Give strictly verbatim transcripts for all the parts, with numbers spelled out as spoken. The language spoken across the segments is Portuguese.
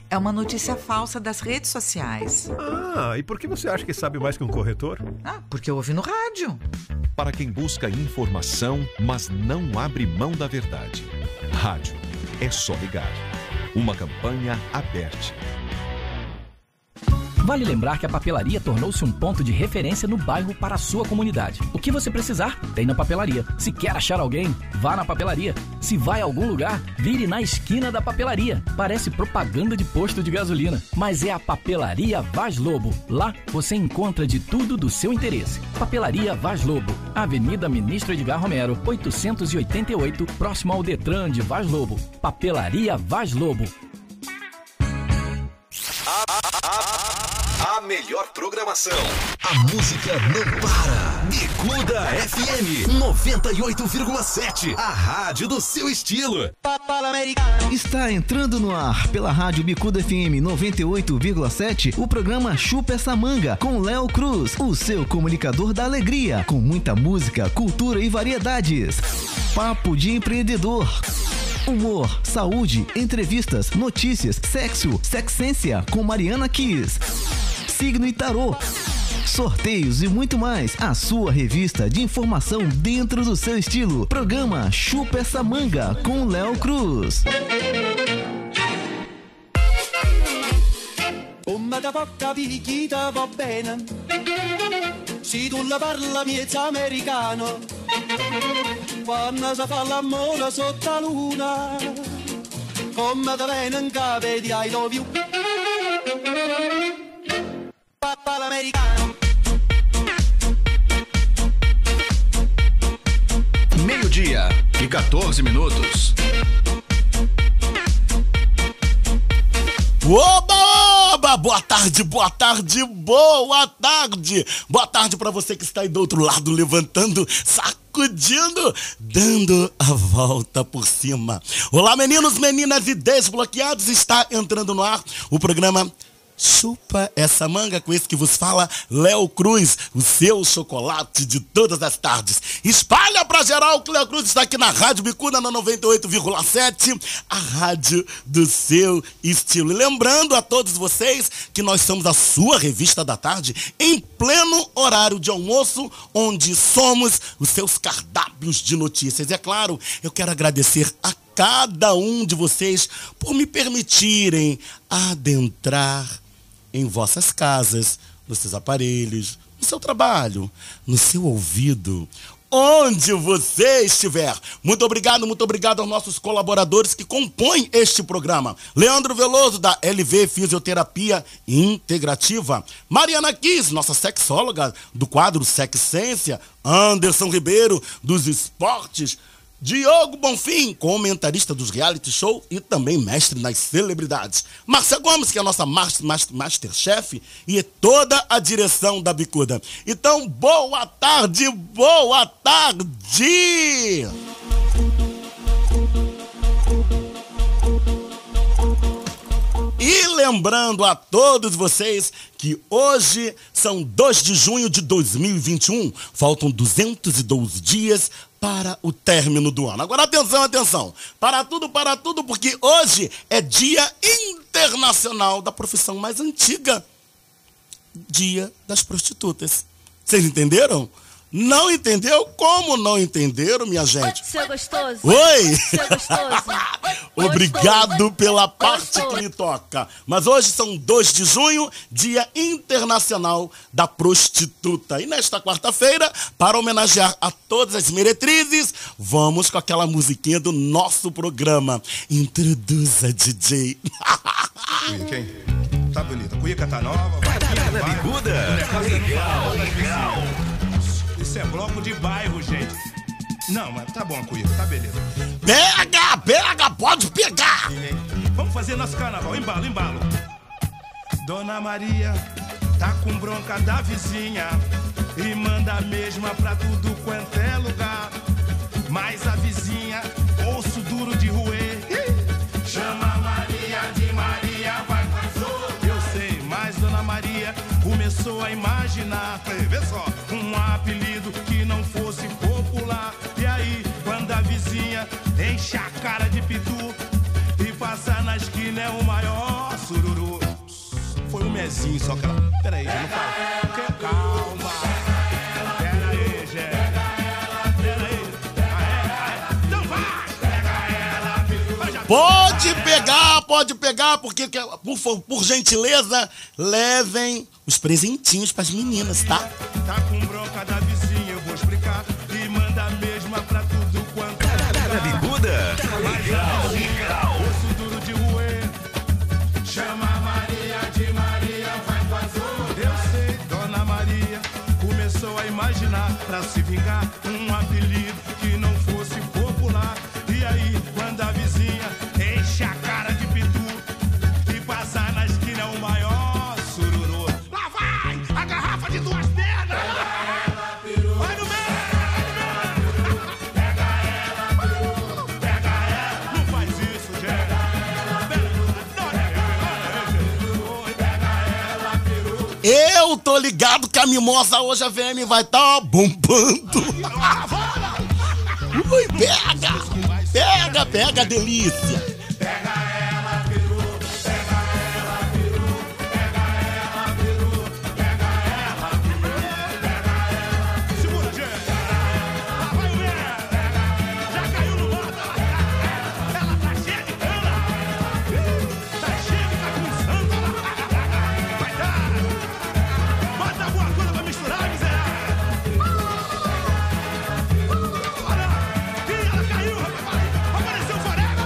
É uma notícia falsa das redes sociais. Ah, e por que você acha que sabe mais que um corretor? Ah, porque eu ouvi no rádio. Para quem busca informação, mas não abre mão da verdade. Rádio. É só ligar. Uma campanha aberta. Vale lembrar que a papelaria tornou-se um ponto de referência no bairro para a sua comunidade. O que você precisar, tem na papelaria. Se quer achar alguém, vá na papelaria. Se vai a algum lugar, vire na esquina da papelaria. Parece propaganda de posto de gasolina, mas é a Papelaria Vaz Lobo. Lá você encontra de tudo do seu interesse. Papelaria Vaz Lobo, Avenida Ministro Edgar Romero, oitocentos e oitenta e oito, próximo ao Detran de Vaz Lobo. Papelaria Vaz Lobo. A melhor programação. A música não para. Bicuda F M noventa e oito vírgula sete. A rádio do seu estilo. Está entrando no ar pela rádio Bicuda F M noventa e oito vírgula sete o programa Chupa Essa Manga com Léo Cruz, o seu comunicador da alegria, com muita música, cultura e variedades. Papo de empreendedor. Humor, saúde, entrevistas, notícias, sexo, sexência com Mariana Kiss. Signo e tarô, sorteios e muito mais. A sua revista de informação dentro do seu estilo. Programa Chupa Essa Manga com Léo Cruz. Come da poca picchita va bene, se tu la parla miezza americano, quando si fa l'amore sotto la luna, come da bene in capo di I love you. Papa l'americano. Meio-dia e quatorze minutos. Oba, oba! Boa tarde, boa tarde, boa tarde! Boa tarde pra você que está aí do outro lado, levantando, sacudindo, dando a volta por cima. Olá, meninos, meninas e desbloqueados, está entrando no ar o programa Chupa Essa Manga, com esse que vos fala, Léo Cruz, o seu chocolate de todas as tardes. Espalha pra geral que Léo Cruz está aqui na Rádio Bicuda, na noventa e oito vírgula sete, a rádio do seu estilo. E lembrando a todos vocês que nós somos a sua revista da tarde, em pleno horário de almoço, onde somos os seus cardápios de notícias. E é claro, eu quero agradecer a cada um de vocês por me permitirem adentrar em vossas casas, nos seus aparelhos, no seu trabalho, no seu ouvido, onde você estiver. Muito obrigado, muito obrigado aos nossos colaboradores que compõem este programa. Leandro Veloso, da L V Fisioterapia Integrativa. Mariana Kiss, nossa sexóloga do quadro Sexência. Anderson Ribeiro, dos esportes. Diogo Bonfim, comentarista dos reality show e também mestre nas celebridades. Márcia Gomes, que é a nossa master, master, masterchef, e toda a direção da Bicuda. Então, boa tarde, boa tarde! E lembrando a todos vocês que hoje são dois de junho de dois mil e vinte e um, faltam duzentos e doze dias para o término do ano. Agora atenção, atenção, para tudo, para tudo, porque hoje é Dia Internacional da profissão mais antiga, Dia das Prostitutas. Vocês entenderam? Não entendeu? Como não entenderam, minha gente? Oi, seu gostoso. Oi! Seu gostoso. Obrigado gostoso. pela parte gostoso. que lhe toca. Mas hoje são dois de junho, Dia Internacional da Prostituta. E nesta quarta-feira, para homenagear a todas as meretrizes, vamos com aquela musiquinha do nosso programa. Introduza, D J. Cuica, hein? Tá bonita. Cuica tá nova. Vai Tá na Bicuda. Legal, legal. Isso é bloco de bairro, gente. Não, mas tá bom, Cuica, tá beleza. Pega, pega, pode pegar. Vamos fazer nosso carnaval, embalo, embalo. Dona Maria tá com bronca da vizinha e manda a mesma pra tudo quanto é lugar. Mas a vizinha, osso duro de roer, chama Maria de Maria, vai com eu sei, mas Dona Maria começou a imaginar, vê só, um apelido que não fosse popular. E aí, quando a vizinha enche a cara de pitu e passa na esquina é o maior sururu. bebezinho, só que ela... Pera aí, já não fala. Calma. Pera aí, Gé. Pera aí. Então vai. Pode pegar, pode pegar, porque, por, por gentileza, levem os presentinhos pras meninas, tá? Tá com bronca da vizinha, eu vou explicar. E manda a mesma pra tudo quanto é. Tá na bicuda? Tá legal, legal. Osso duro de roer. Chama a Maria de Maria, vai com azul. Eu sei, Dona Maria começou a imaginar pra se vingar um apelido que não fosse popular. E aí, quando a vizinha enche a cara de pitu e passar na esquina o maior sururu. Lá vai a garrafa de duas pernas. Vai no meio. Pega ela, peru. Pega ela. Não faz isso, gente. Eu tô ligado que a mimosa hoje a V M vai tá bombando. Ui, pega! Pega, pega, delícia! Pega ela, peru. Pega ela, peru. Pega ela, peru. Pega ela, peru. Pega ela. Segura, gente. Lá vai o Mé. Já caiu no modo. Ela tá cheia de cana. Tá cheia de cacuçando. Vai dar. Bota alguma coisa pra misturar, miserável. Olha. Ih, ela caiu, rapaz. Apareceu o Forega.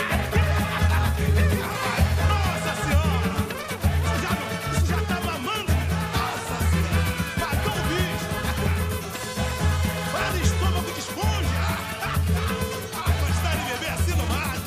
Nossa senhora. Isso já, isso já tá mamando. Nossa senhora. Matou o bicho. Olha, estômago de esponja. Gostar de beber assim no mato.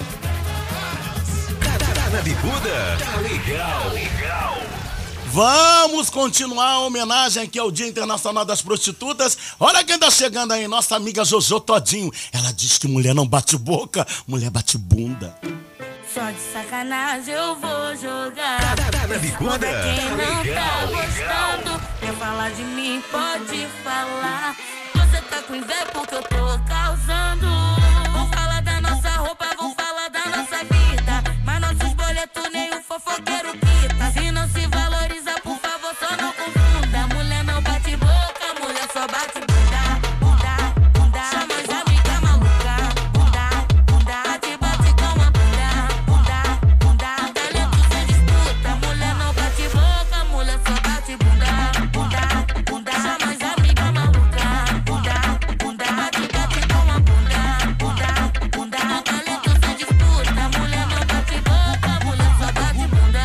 Tá na bicuda? Tá legal, legal. Vamos continuar a homenagem aqui ao Dia Internacional das Prostitutas. Olha quem tá chegando aí, nossa amiga Jojo Todinho. Ela diz que mulher não bate boca, mulher bate bunda. Só de sacanagem eu vou jogar. Tá na bicuda? Quem não tá gostando, quer falar de mim, pode falar. Você tá com inveja porque eu tô causando. Vão falar da nossa roupa, vão falar da nossa vida. Mas nossos boletos nenhum fofoqueiro quita. Se não se valoriza, por favor, só não confunda. Mulher não bate boca, mulher só bate bunda. Bunda, bunda, chama as amigas maluca. Bunda, bunda, bate, bate com a bunda. Bunda, bunda, talento sem disputa. Mulher não bate boca, mulher só bate bunda. Bunda, bunda, chama as amigas maluca. Bunda, bunda, bate, bate com a bunda. Bunda, bunda, talento sem disputa. Mulher não bate boca, mulher só bate bunda.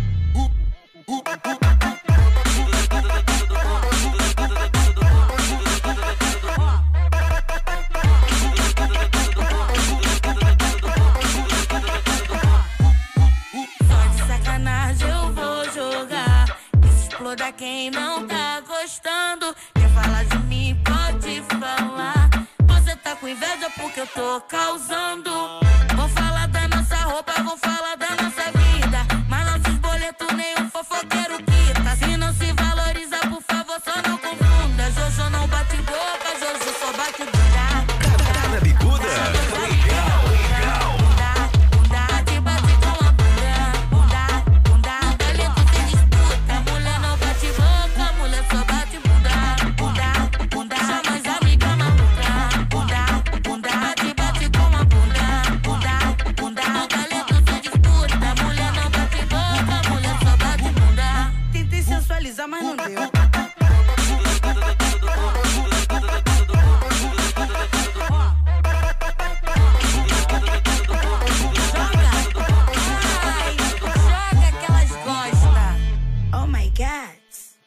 Só de sacanagem eu vou jogar. Isso exploda quem não tá gostando. Quer falar de mim, pode falar. Você tá com inveja porque eu tô causando. Vão falar da nossa roupa, vão falar da nossa vida. Mas nossos boletos nenhum fofoqueiro quita. Se não se valoriza, por favor, só não confunda. Jojo não bate boca, Jojo só bate bunda. Tá na bicuda? Tá legal, legal. Bunda, bate, bate com a bunda. Bunda, bunda, talento sem disputa. Mulher não bate boca, mulher só bate bunda. Bunda, bunda, chama as amigas maluca. Bunda, bunda, bate, bate com a bunda. Bunda, bunda, talento sem disputa. Mulher não bate boca, mulher só bate bunda. Tentei sensualizar, mas não deu. Ai, joga que elas gostam. Oh my God.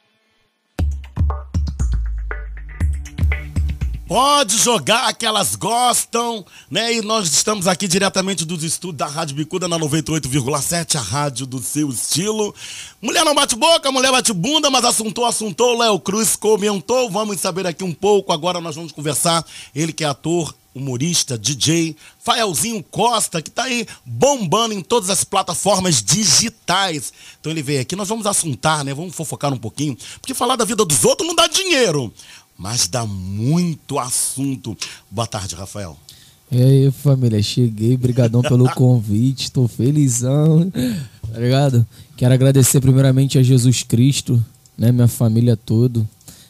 Pode jogar que elas gostam, né? E nós estamos aqui diretamente dos estúdios da Rádio Bicuda na noventa e oito vírgula sete, a rádio do seu estilo. Mulher não bate boca, mulher bate bunda, mas assuntou, assuntou, Léo Cruz comentou. Vamos saber aqui um pouco, agora nós vamos conversar. Ele que é ator, humorista, D J, Faelzinho Costa, que tá aí bombando em todas as plataformas digitais. Então ele veio aqui, nós vamos assuntar, né? Vamos fofocar um pouquinho, porque falar da vida dos outros não dá dinheiro, mas dá muito assunto. Boa tarde, Rafael. E aí, família, cheguei, brigadão pelo convite, tô felizão. Tá ligado? Quero agradecer primeiramente a Jesus Cristo, né? Minha família toda.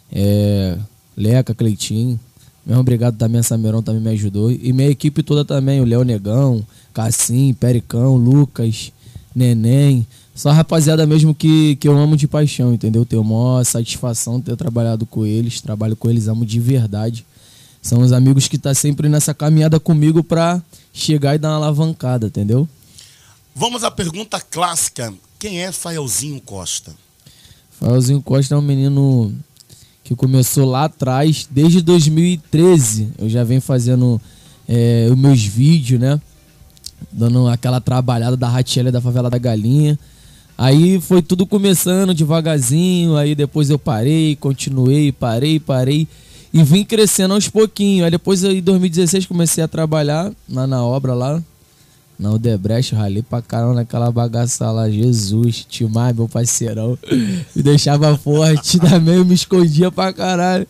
É, Leca, Cleitinho. Mesmo obrigado também, a Samerão também me ajudou. E minha equipe toda também, o Léo Negão, Cassim, Pericão, Lucas, Neném. Só a rapaziada mesmo que, que eu amo de paixão, entendeu? Tenho maior satisfação de ter trabalhado com eles. Trabalho com eles, amo de verdade. São os amigos que estão sempre nessa caminhada comigo pra chegar e dar uma alavancada, entendeu? Vamos à pergunta clássica. Quem é Faelzinho Costa? Faelzinho Costa é um menino que começou lá atrás, desde dois mil e treze. Eu já venho fazendo é, os meus vídeos, né? Dando aquela trabalhada da Ratiela da Favela da Galinha. Aí foi tudo começando devagarzinho, aí depois eu parei, continuei, parei, parei e vim crescendo aos pouquinhos. Aí depois em dois mil e dezesseis comecei a trabalhar lá na obra lá, na Odebrecht, ralei pra caramba naquela bagaça lá, Jesus, Timar, meu parceirão, me deixava forte, também eu me escondia pra caralho.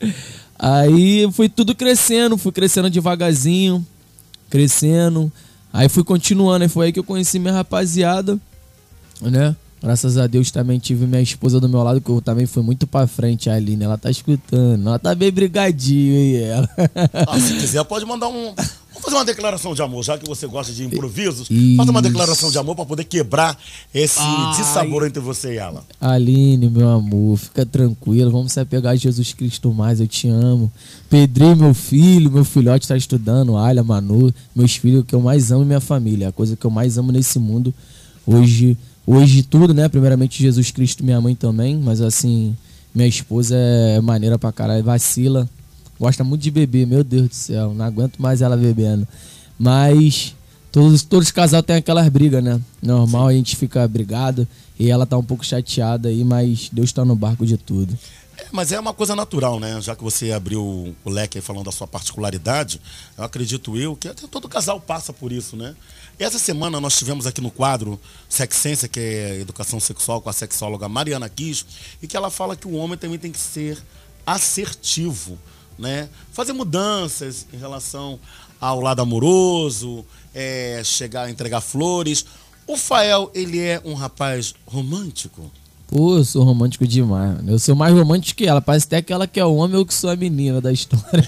Aí foi tudo crescendo, fui crescendo devagarzinho, crescendo, aí fui continuando, aí foi aí que eu conheci minha rapaziada, né? Graças a Deus também tive minha esposa do meu lado, que eu também fui muito pra frente, a Aline, ela tá escutando, ela tá bem brigadinho, hein, ela. Ah, se quiser pode mandar um... Vamos fazer uma declaração de amor, já que você gosta de improvisos. Isso. Faça uma declaração de amor pra poder quebrar esse Ai. dissabor entre você e ela. Aline, meu amor, fica tranquilo, vamos se apegar a Jesus Cristo mais, eu te amo. Pedrinho, meu filho, meu filhote tá estudando, Alha, Manu, meus filhos, que eu mais amo, minha família, a coisa que eu mais amo nesse mundo hoje... Hoje tudo, né? Primeiramente Jesus Cristo, minha mãe também, mas assim, minha esposa é maneira pra caralho, vacila, gosta muito de beber, meu Deus do céu, não aguento mais ela bebendo. Mas todos, todos os casais têm aquelas brigas, né? Normal, Sim. A gente fica brigado e ela tá um pouco chateada aí, mas Deus tá no barco de tudo. É, mas é uma coisa natural, né? Já que você abriu o leque aí falando da sua particularidade, eu acredito eu que até todo casal passa por isso, né? E essa semana nós tivemos aqui no quadro Sexência, que é educação sexual, com a sexóloga Mariana Kiss, e que ela fala que o homem também tem que ser assertivo, né? Fazer mudanças em relação ao lado amoroso, é, chegar a entregar flores. O Fael, ele é um rapaz romântico? Pô, eu sou romântico demais, mano. Eu sou mais romântico que ela. Parece até que ela que é o homem ou que sou a menina da história.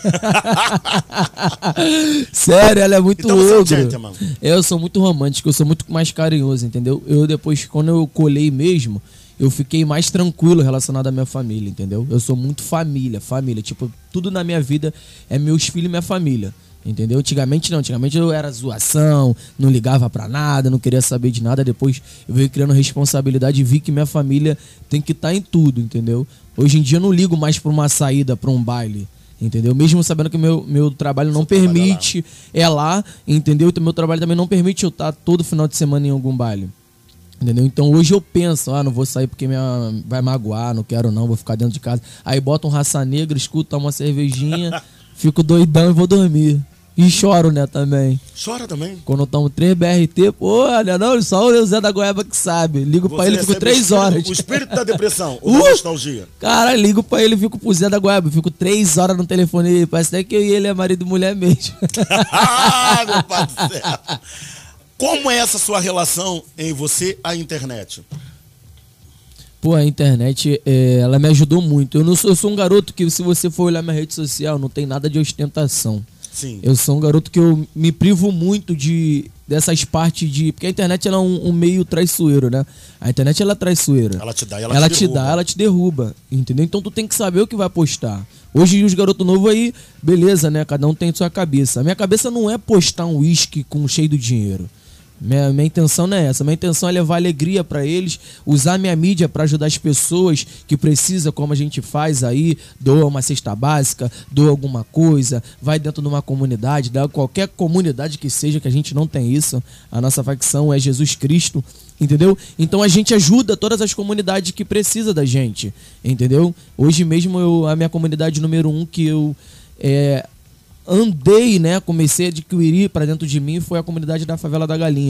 Sério, ela é muito então ogro. Eu sou muito romântico, eu sou muito mais carinhoso, entendeu? Eu depois, quando eu colhei mesmo, eu fiquei mais tranquilo relacionado à minha família, entendeu? Eu sou muito família, família. Tipo, tudo na minha vida é meus filhos e minha família. Entendeu? Antigamente não, antigamente eu era zoação, não ligava pra nada, não queria saber de nada. Depois eu veio criando responsabilidade e vi que minha família tem que estar em tudo, entendeu? Hoje em dia eu não ligo mais pra uma saída, pra um baile, entendeu? Mesmo sabendo que meu, meu trabalho não permite, lá. é lá, entendeu? Então meu trabalho também não permite eu estar todo final de semana em algum baile. Entendeu? Então hoje eu penso, ah, não vou sair porque minha... vai magoar, não quero não, vou ficar dentro de casa. Aí boto um Raça Negra, escuto, tomo uma cervejinha, fico doidão e vou dormir. E choro, né, também. Chora também? Quando eu tomo três B R T, pô, olha, não, só o Zé da Goiaba que sabe. Ligo Você pra ele e fico três horas. O espírito da depressão, ou da nostalgia? Cara, ligo pra ele e fico pro Zé da Goiaba. Fico três horas no telefone, parece até que eu e ele é marido e mulher mesmo. Ah, meu pai do céu. Como é essa sua relação em você à internet? Pô, a internet, é, ela me ajudou muito. Eu, não sou, eu sou um garoto que, se você for olhar minha rede social, não tem nada de ostentação. Sim. Eu sou um garoto que eu me privo muito de dessas partes de... Porque a internet ela é um, um meio traiçoeiro, né? A internet ela é traiçoeira. Ela te dá e ela, ela te, te derruba. dá, ela te derruba, entendeu? Então tu tem que saber o que vai postar. Hoje os garotos novos aí, beleza, né? Cada um tem sua cabeça. A minha cabeça não é postar um uísque com cheio de dinheiro. Minha, minha intenção não é essa. Minha intenção é levar alegria pra eles, usar minha mídia pra ajudar as pessoas que precisam, como a gente faz aí, doa uma cesta básica, doa alguma coisa, vai dentro de uma comunidade, dá qualquer comunidade que seja, que a gente não tem isso. A nossa facção é Jesus Cristo, entendeu? Então a gente ajuda todas as comunidades que precisam da gente, entendeu? Hoje mesmo eu, a minha comunidade número um que eu... É, andei, né, comecei a adquirir para dentro de mim foi a comunidade da Favela da Galinha.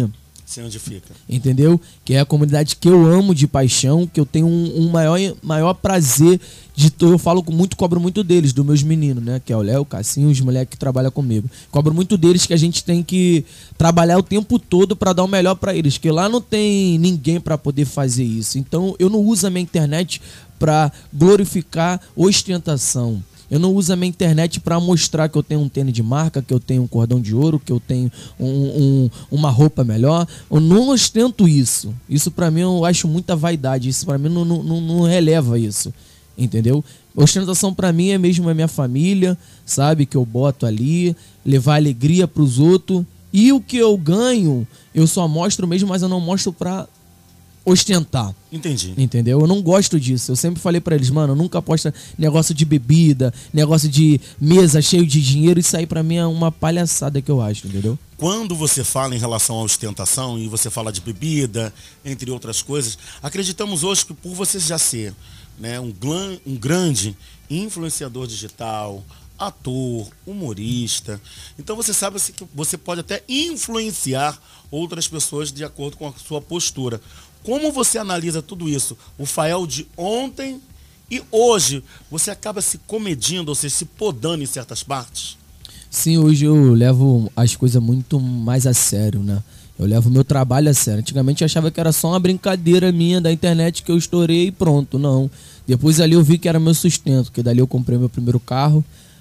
Sei onde fica. Entendeu? Que é a comunidade que eu amo de paixão, que eu tenho um, um maior, maior prazer de... Eu falo com muito, cobro muito deles, dos meus meninos, né? Que é o Léo, o Cassinho, os moleques que trabalham comigo. Cobro muito deles que a gente tem que trabalhar o tempo todo para dar o melhor para eles, que lá não tem ninguém para poder fazer isso. Então eu não uso a minha internet para glorificar ostentação. Eu não uso a minha internet para mostrar que eu tenho um tênis de marca, que eu tenho um cordão de ouro, que eu tenho um, um, uma roupa melhor. Eu não ostento isso. Isso para mim eu acho muita vaidade. Isso para mim não, não, não releva isso. Entendeu? Ostentação para mim é mesmo a minha família, sabe? Que eu boto ali, levar alegria para os outros. E o que eu ganho, eu só mostro mesmo, mas eu não mostro para ostentar. Entendi. Entendeu? Eu não gosto disso. Eu sempre falei pra eles, mano, nunca aposta negócio de bebida, negócio de mesa cheio de dinheiro. Isso aí pra mim é uma palhaçada que eu acho, entendeu? Quando você fala em relação à ostentação e você fala de bebida, entre outras coisas, acreditamos hoje que por você já ser, né, um, glan, um grande influenciador digital, ator, humorista, então você sabe que você pode até influenciar outras pessoas de acordo com a sua postura. Como você analisa tudo isso? O Fael de ontem e hoje, você acaba se comedindo, ou seja, se podando em certas partes? Sim, hoje eu levo as coisas muito mais a sério, né? Eu levo o meu trabalho a sério. Antigamente eu achava que era só uma brincadeira minha da internet que eu estourei e pronto. Não. Depois ali eu vi que era meu sustento, que dali eu comprei meu primeiro carro,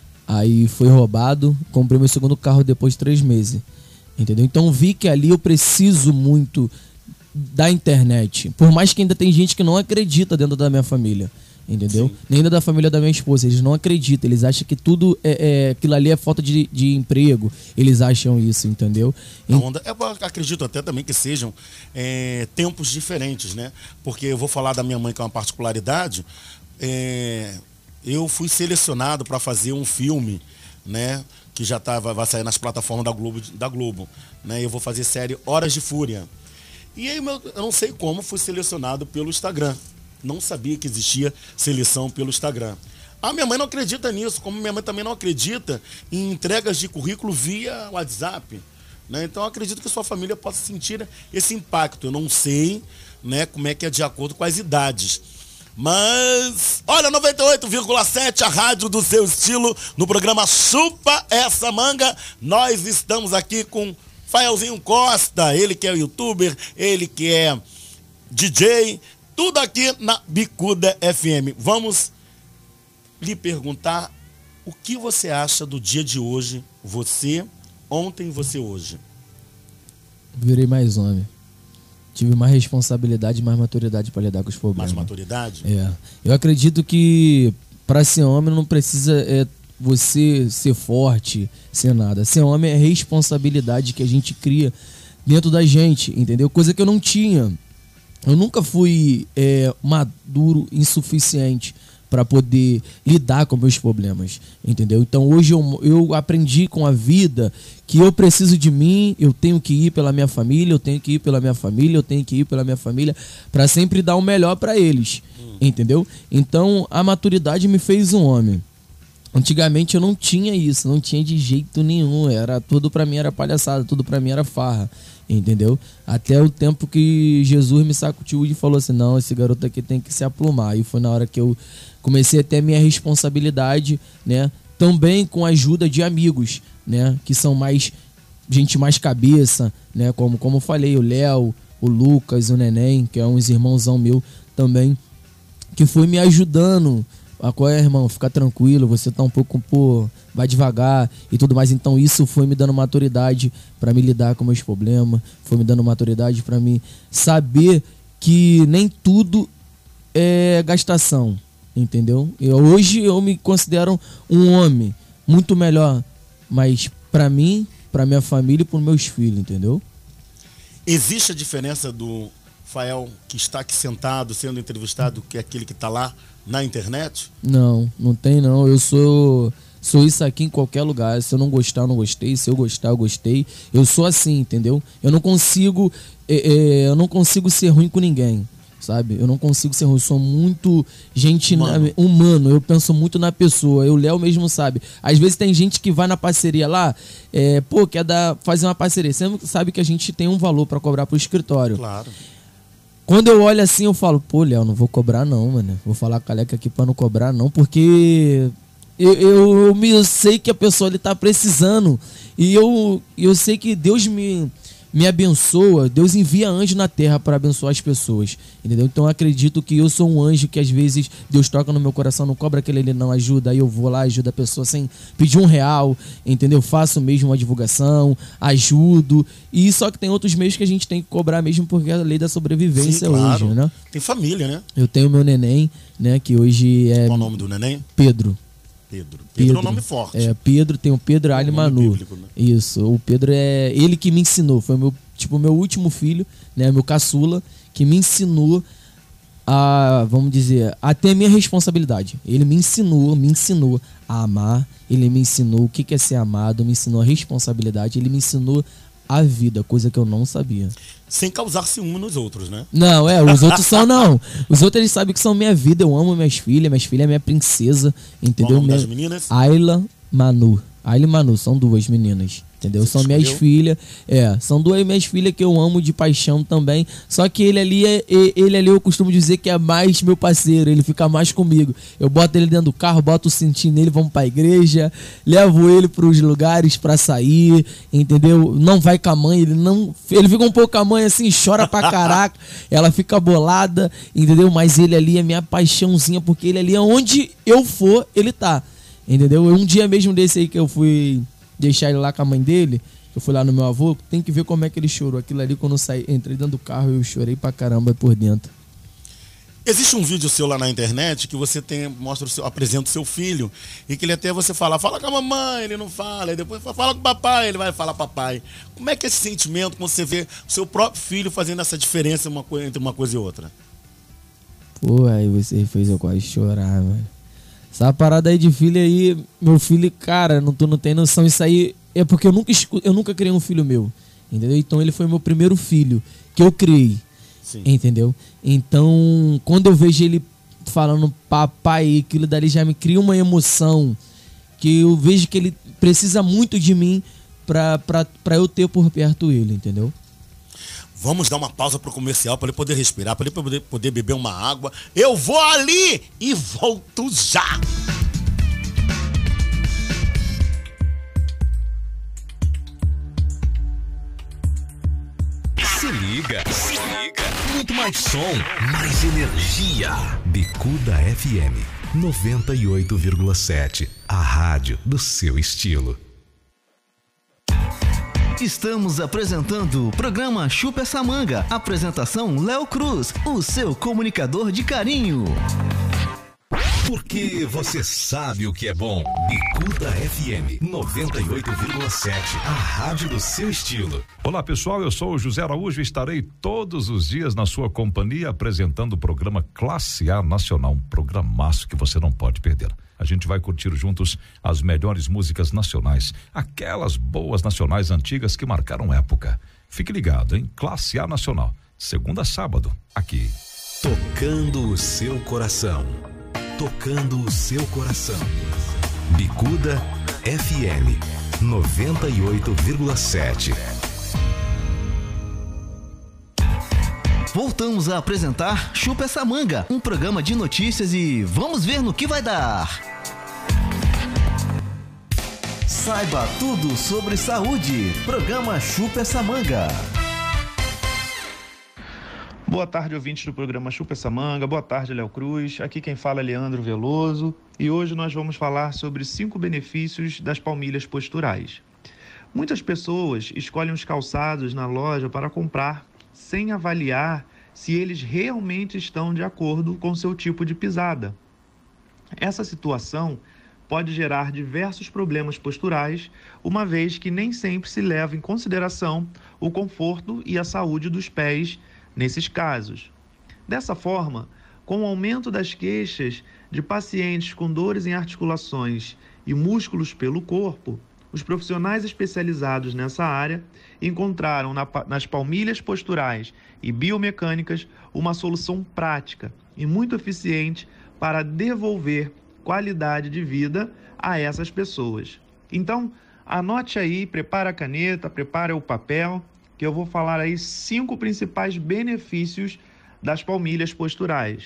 aí foi roubado, comprei meu segundo carro depois de três meses. Entendeu? Então vi que ali eu preciso muito da internet. Por mais que ainda tem gente que não acredita dentro da minha família. Entendeu? Sim. Nem da família da minha esposa. Eles não acreditam. Eles acham que tudo é, é aquilo ali é falta de, de emprego. Eles acham isso, entendeu? A onda, eu acredito até também que sejam é, tempos diferentes, né? Porque eu vou falar da minha mãe, que é uma particularidade. É, eu fui selecionado para fazer um filme, né? Que já tá, vai sair nas plataformas da Globo, da Globo, né? Eu vou fazer série Horas de Fúria. E aí eu não sei como fui selecionado pelo Instagram. Não sabia que existia seleção pelo Instagram. A minha mãe não acredita nisso, como minha mãe também não acredita em entregas de currículo via WhatsApp, né? Então eu acredito que sua família possa sentir esse impacto. Eu não sei, né, como é que é de acordo com as idades. Mas, olha, noventa e oito vírgula sete, a rádio do seu estilo, no programa Chupa Essa Manga. Nós estamos aqui com Faelzinho Costa, ele que é youtuber, ele que é D J, tudo aqui na Bicuda F M. Vamos lhe perguntar o que você acha do dia de hoje, você, ontem, você hoje. Virei mais homem. Tive mais responsabilidade e mais maturidade para lidar com os problemas. Mais maturidade? É. Eu acredito que para ser homem não precisa é, você ser forte, ser nada. Ser homem é responsabilidade que a gente cria dentro da gente, entendeu? Coisa que eu não tinha. Eu nunca fui é, maduro insuficiente para poder lidar com meus problemas, entendeu? Então hoje eu, eu aprendi com a vida que eu preciso de mim, eu tenho que ir pela minha família, eu tenho que ir pela minha família, eu tenho que ir pela minha família para sempre dar o melhor para eles, hum. entendeu? Então a maturidade me fez um homem. Antigamente eu não tinha isso, não tinha de jeito nenhum, era tudo para mim era palhaçada, tudo para mim era farra, entendeu? Até o tempo que Jesus me sacudiu e falou assim, não, esse garoto aqui tem que se aplumar. E foi na hora que eu comecei a ter minha responsabilidade, né? Também com a ajuda de amigos, né? Que são mais, gente mais cabeça, né? Como, como eu falei, o Léo, o Lucas, o Neném, que é uns irmãozão meu também, que foi me ajudando. Ah, qual é, irmão? Fica tranquilo, você tá um pouco, pô, vai devagar e tudo mais. Então isso foi me dando maturidade para me lidar com meus problemas, foi me dando maturidade para me saber que nem tudo é gastação, entendeu? Eu, hoje eu me considero um homem muito melhor, mas para mim, para minha família e para meus filhos, entendeu? Existe a diferença do Fael que está aqui sentado, sendo entrevistado, que é aquele que está lá na internet? Não, não tem não. Eu sou, sou isso aqui em qualquer lugar. Se eu não gostar, eu não gostei. Se eu gostar, eu gostei. Eu sou assim, entendeu? Eu não consigo, é, é, eu não consigo ser ruim com ninguém. sabe? Eu não consigo ser ruim, eu sou muito gente Humano. na- humano, eu penso muito na pessoa. Eu, Léo mesmo sabe. Às vezes tem gente que vai na parceria lá, é, pô, quer dar, fazer uma parceria. Você sabe que a gente tem um valor pra cobrar pro escritório. Claro. Quando eu olho assim, eu falo, pô, Léo, não vou cobrar não, mano. Vou falar com a Leca aqui pra não cobrar não, porque eu, eu, eu, me- eu sei que a pessoa ele tá precisando. E eu, eu sei que Deus me, me abençoa, Deus envia anjo na terra para abençoar as pessoas, entendeu? Então eu acredito que eu sou um anjo que às vezes Deus toca no meu coração, não cobra aquele ele não ajuda, aí eu vou lá, ajudo a pessoa sem pedir um real, entendeu? Faço mesmo uma divulgação, ajudo, e só que tem outros meios que a gente tem que cobrar mesmo porque é a lei da sobrevivência. Sim, claro. Hoje, né? Tem família, né? Eu tenho meu neném, né, que hoje é... Qual o nome do neném? Pedro. Pedro. Pedro é um nome forte. É, Pedro, tem o Pedro Ali Manu. bíblico, né? Isso, o Pedro é ele que me ensinou, foi meu, tipo, meu último filho, né, meu caçula, que me ensinou a, vamos dizer, a ter a minha responsabilidade. Ele me ensinou, me ensinou a amar, ele me ensinou o que que é ser amado, me ensinou a responsabilidade, ele me ensinou a vida, coisa que eu não sabia. Sem causar ciúme nos outros, né? Não, é, os outros são não. Os outros eles sabem que são minha vida, eu amo minhas filhas, minhas filhas é minha princesa, entendeu? Qual o nome Minha- das meninas? Ayla, Manu. Ayla e Manu, são duas meninas, entendeu? Você São minhas escolheu? filhas, é, são duas minhas filhas que eu amo de paixão também, só que ele ali, é, e- ele ali eu costumo dizer que é mais meu parceiro, ele fica mais comigo. Eu boto ele dentro do carro, boto o cintinho nele, vamos pra igreja, levo ele pros lugares pra sair, entendeu? Não vai com a mãe, ele não, ele fica um pouco com a mãe assim, chora pra caraca, ela fica bolada, entendeu? Mas ele ali é minha paixãozinha, porque ele ali é onde eu for, ele tá. Entendeu? Um dia mesmo desse aí que eu fui deixar ele lá com a mãe dele, eu fui lá no meu avô, tem que ver como é que ele chorou. Aquilo ali, quando eu saí, entrei dentro do carro, eu chorei pra caramba por dentro. Existe um vídeo seu lá na internet que você tem, mostra o seu, apresenta o seu filho e que ele até você fala, fala com a mamãe, ele não fala, e depois fala com o papai, ele vai falar papai. Como é que é esse sentimento quando você vê o seu próprio filho fazendo essa diferença uma co- entre uma coisa e outra? Pô, aí você fez eu quase chorar, mano. Essa parada aí de filho aí, meu filho, cara, não, tu não tem noção. Isso aí é porque eu nunca, escu- eu nunca criei um filho meu, entendeu? Então ele foi meu primeiro filho que eu criei, Sim. entendeu? Então, quando eu vejo ele falando papai, aquilo dali já me cria uma emoção, que eu vejo que ele precisa muito de mim pra, pra, pra eu ter por perto ele, entendeu? Vamos dar uma pausa pro comercial para ele poder respirar, para ele poder, poder beber uma água. Eu vou ali e volto já. Se liga, se liga. Muito mais som, mais energia. Bicuda F M noventa e oito vírgula sete. A rádio do seu estilo. Estamos apresentando o programa Chupa Essa Manga. Apresentação Léo Cruz, o seu comunicador de carinho. Porque você sabe o que é bom. Bicuda F M noventa e oito vírgula sete. A rádio do seu estilo. Olá pessoal, eu sou o José Araújo e estarei todos os dias na sua companhia apresentando o programa Classe A Nacional, um programaço que você não pode perder. A gente vai curtir juntos as melhores músicas nacionais, aquelas boas nacionais antigas que marcaram época. Fique ligado, hein? Classe A Nacional, segunda a sábado, aqui. Tocando o seu coração. Tocando o seu coração. Bicuda F M noventa e oito vírgula sete. Voltamos a apresentar Chupa Essa Manga, um programa de notícias e vamos ver no que vai dar. Saiba tudo sobre saúde. Programa Chupa Essa Manga. Boa tarde, ouvintes do programa Chupa Essa Manga. Boa tarde, Léo Cruz. Aqui quem fala é Leandro Veloso. E hoje nós vamos falar sobre cinco benefícios das palmilhas posturais. Muitas pessoas escolhem os calçados na loja para comprar sem avaliar se eles realmente estão de acordo com seu tipo de pisada. Essa situação pode gerar diversos problemas posturais, uma vez que nem sempre se leva em consideração o conforto e a saúde dos pés nesses casos. Dessa forma, com o aumento das queixas de pacientes com dores em articulações e músculos pelo corpo, os profissionais especializados nessa área encontraram na, nas palmilhas posturais e biomecânicas uma solução prática e muito eficiente para devolver qualidade de vida a essas pessoas. Então, anote aí, prepara a caneta, prepara o papel, que eu vou falar aí cinco principais benefícios das palmilhas posturais.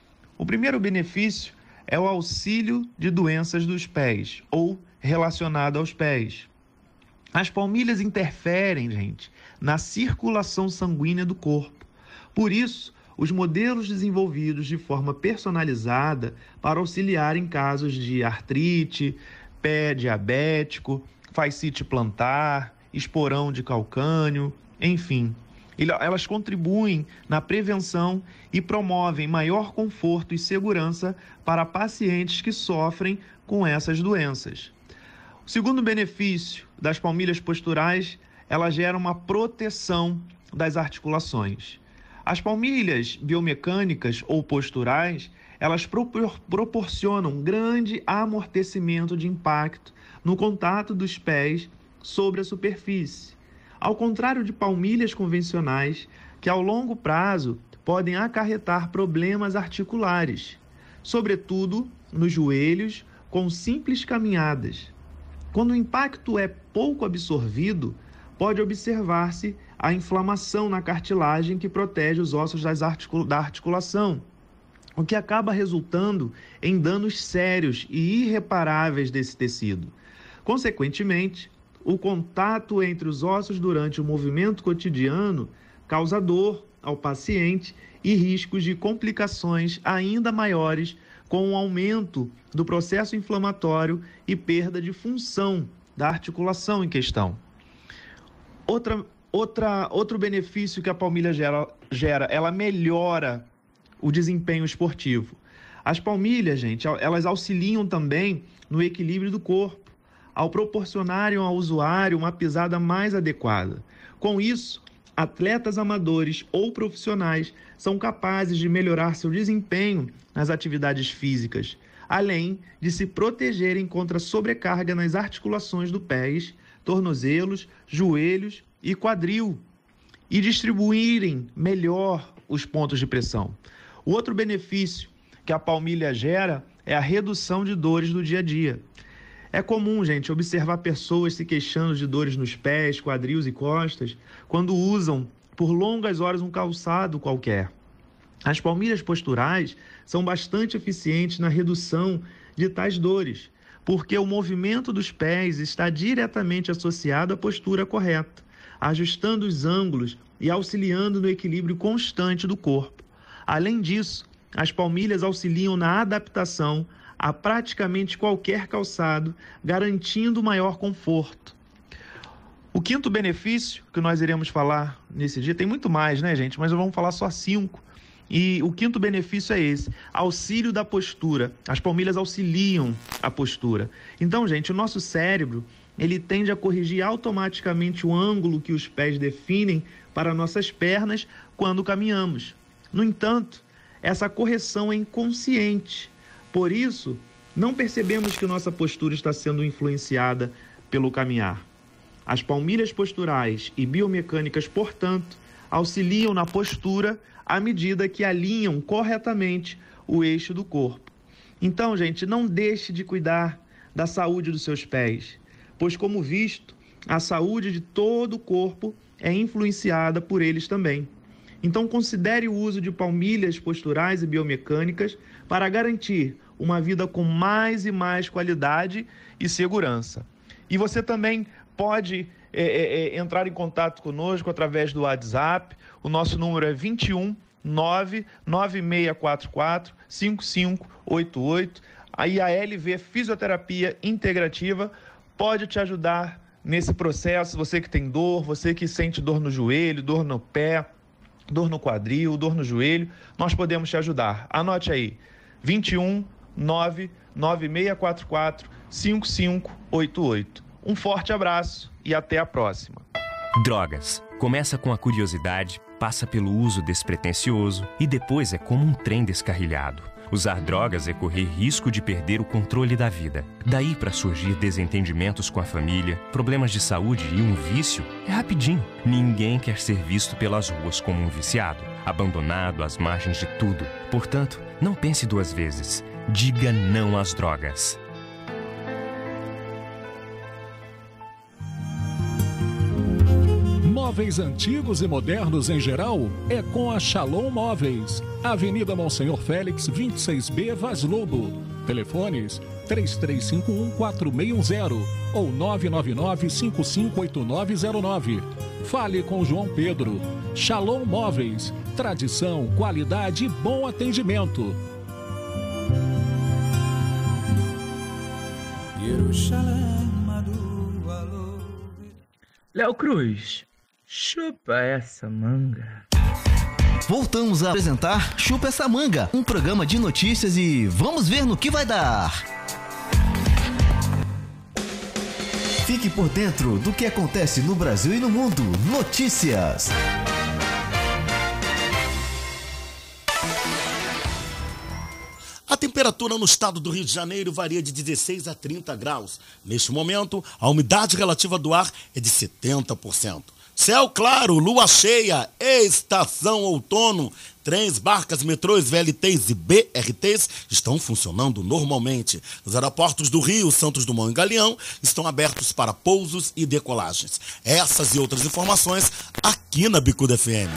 O primeiro benefício é o auxílio de doenças dos pés ou relacionado aos pés. As palmilhas interferem, gente, na circulação sanguínea do corpo. Por isso, os modelos desenvolvidos de forma personalizada para auxiliar em casos de artrite, pé diabético, fascite plantar, esporão de calcânio, enfim. Elas contribuem na prevenção e promovem maior conforto e segurança para pacientes que sofrem com essas doenças. O segundo benefício das palmilhas posturais, ela gera uma proteção das articulações. As palmilhas biomecânicas ou posturais, elas propor- proporcionam grande amortecimento de impacto no contato dos pés sobre a superfície. Ao contrário de palmilhas convencionais, que ao longo prazo podem acarretar problemas articulares, sobretudo nos joelhos, com simples caminhadas. Quando o impacto é pouco absorvido, pode observar-se a inflamação na cartilagem que protege os ossos das articula- da articulação, o que acaba resultando em danos sérios e irreparáveis desse tecido. Consequentemente, o contato entre os ossos durante o movimento cotidiano causa dor ao paciente e riscos de complicações ainda maiores com o aumento do processo inflamatório e perda de função da articulação em questão. Outra, outra, outro benefício que a palmilha gera, gera, ela melhora o desempenho esportivo. As palmilhas, gente, elas auxiliam também no equilíbrio do corpo, ao proporcionarem ao usuário uma pisada mais adequada. Com isso, atletas amadores ou profissionais são capazes de melhorar seu desempenho nas atividades físicas, além de se protegerem contra sobrecarga nas articulações do pés, tornozelos, joelhos e quadril, e distribuírem melhor os pontos de pressão. O outro benefício que a palmilha gera é a redução de dores do dia a dia. É comum, gente, observar pessoas se queixando de dores nos pés, quadris e costas quando usam por longas horas um calçado qualquer. As palmilhas posturais são bastante eficientes na redução de tais dores, porque o movimento dos pés está diretamente associado à postura correta, ajustando os ângulos e auxiliando no equilíbrio constante do corpo. Além disso, as palmilhas auxiliam na adaptação a praticamente qualquer calçado, garantindo maior conforto. O quinto benefício que nós iremos falar nesse dia, tem muito mais, né, gente? Mas vamos falar só cinco. E o quinto benefício é esse, auxílio da postura. As palmilhas auxiliam a postura. Então, gente, o nosso cérebro, ele tende a corrigir automaticamente o ângulo que os pés definem para nossas pernas quando caminhamos. No entanto, essa correção é inconsciente. Por isso, não percebemos que nossa postura está sendo influenciada pelo caminhar. As palmilhas posturais e biomecânicas, portanto, auxiliam na postura à medida que alinham corretamente o eixo do corpo. Então, gente, não deixe de cuidar da saúde dos seus pés, pois, como visto, a saúde de todo o corpo é influenciada por eles também. Então, considere o uso de palmilhas posturais e biomecânicas para garantir uma vida com mais e mais qualidade e segurança. E você também pode é, é, entrar em contato conosco através do WhatsApp. O nosso número é vinte e um, nove nove seis quatro quatro, cinco cinco oito oito. Aí a L V Fisioterapia Integrativa pode te ajudar nesse processo. Você que tem dor, você que sente dor no joelho, dor no pé, dor no quadril, dor no joelho, nós podemos te ajudar. Anote aí, vinte e um, nove nove seis quatro quatro, cinco cinco oito oito. Um forte abraço e até a próxima. Drogas. Começa com a curiosidade, passa pelo uso despretensioso e depois é como um trem descarrilhado. Usar drogas é correr risco de perder o controle da vida. Daí para surgir desentendimentos com a família, problemas de saúde e um vício, é rapidinho. Ninguém quer ser visto pelas ruas como um viciado, abandonado às margens de tudo. Portanto, não pense duas vezes. Diga não às drogas. Móveis antigos e modernos em geral é com a Shalom Móveis. Avenida Monsenhor Félix, vinte e seis B, Vaz Lobo. Telefones três três cinco um, quatro seis um zero ou nove nove nove, cinco cinco oito nove zero nove. Fale com João Pedro. Shalom Móveis. Tradição, qualidade e bom atendimento. Léo Cruz, chupa essa manga. Voltamos a apresentar Chupa Essa Manga, um programa de notícias e vamos ver no que vai dar. Fique por dentro do que acontece no Brasil e no mundo. Notícias. A temperatura no estado do Rio de Janeiro varia de dezesseis a trinta graus. Neste momento, a umidade relativa do ar é de setenta por cento. Céu claro, lua cheia, estação outono. Trens, barcas, metrôs, V L Ts e B R Ts estão funcionando normalmente. Os aeroportos do Rio, Santos Dumont e Galeão estão abertos para pousos e decolagens. Essas e outras informações aqui na Bicuda F M.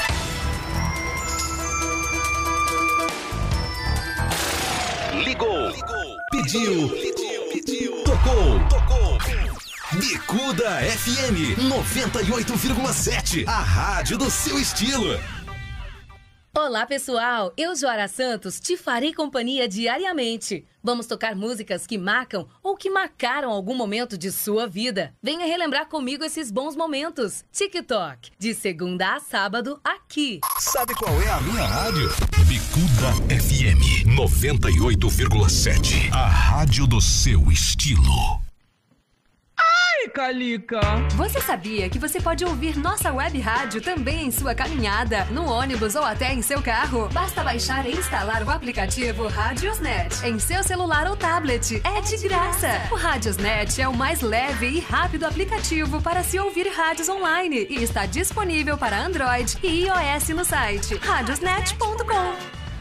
Ligou, ligou, pediu, pediu, pediu, tocou, tocou. Bicuda F M noventa e oito vírgula sete, a rádio do seu estilo. Olá, pessoal! Eu, Joara Santos, te farei companhia diariamente. Vamos tocar músicas que marcam ou que marcaram algum momento de sua vida. Venha relembrar comigo esses bons momentos. TikTok, de segunda a sábado, aqui. Sabe qual é a minha rádio? Bicuda F M noventa e oito vírgula sete, a rádio do seu estilo. Ai, Calica! Você sabia que você pode ouvir nossa web rádio também em sua caminhada, no ônibus ou até em seu carro? Basta baixar e instalar o aplicativo Radiosnet em seu celular ou tablet. É de graça! O Radiosnet é o mais leve e rápido aplicativo para se ouvir rádios online e está disponível para Android e iOS no site radiosnet ponto com.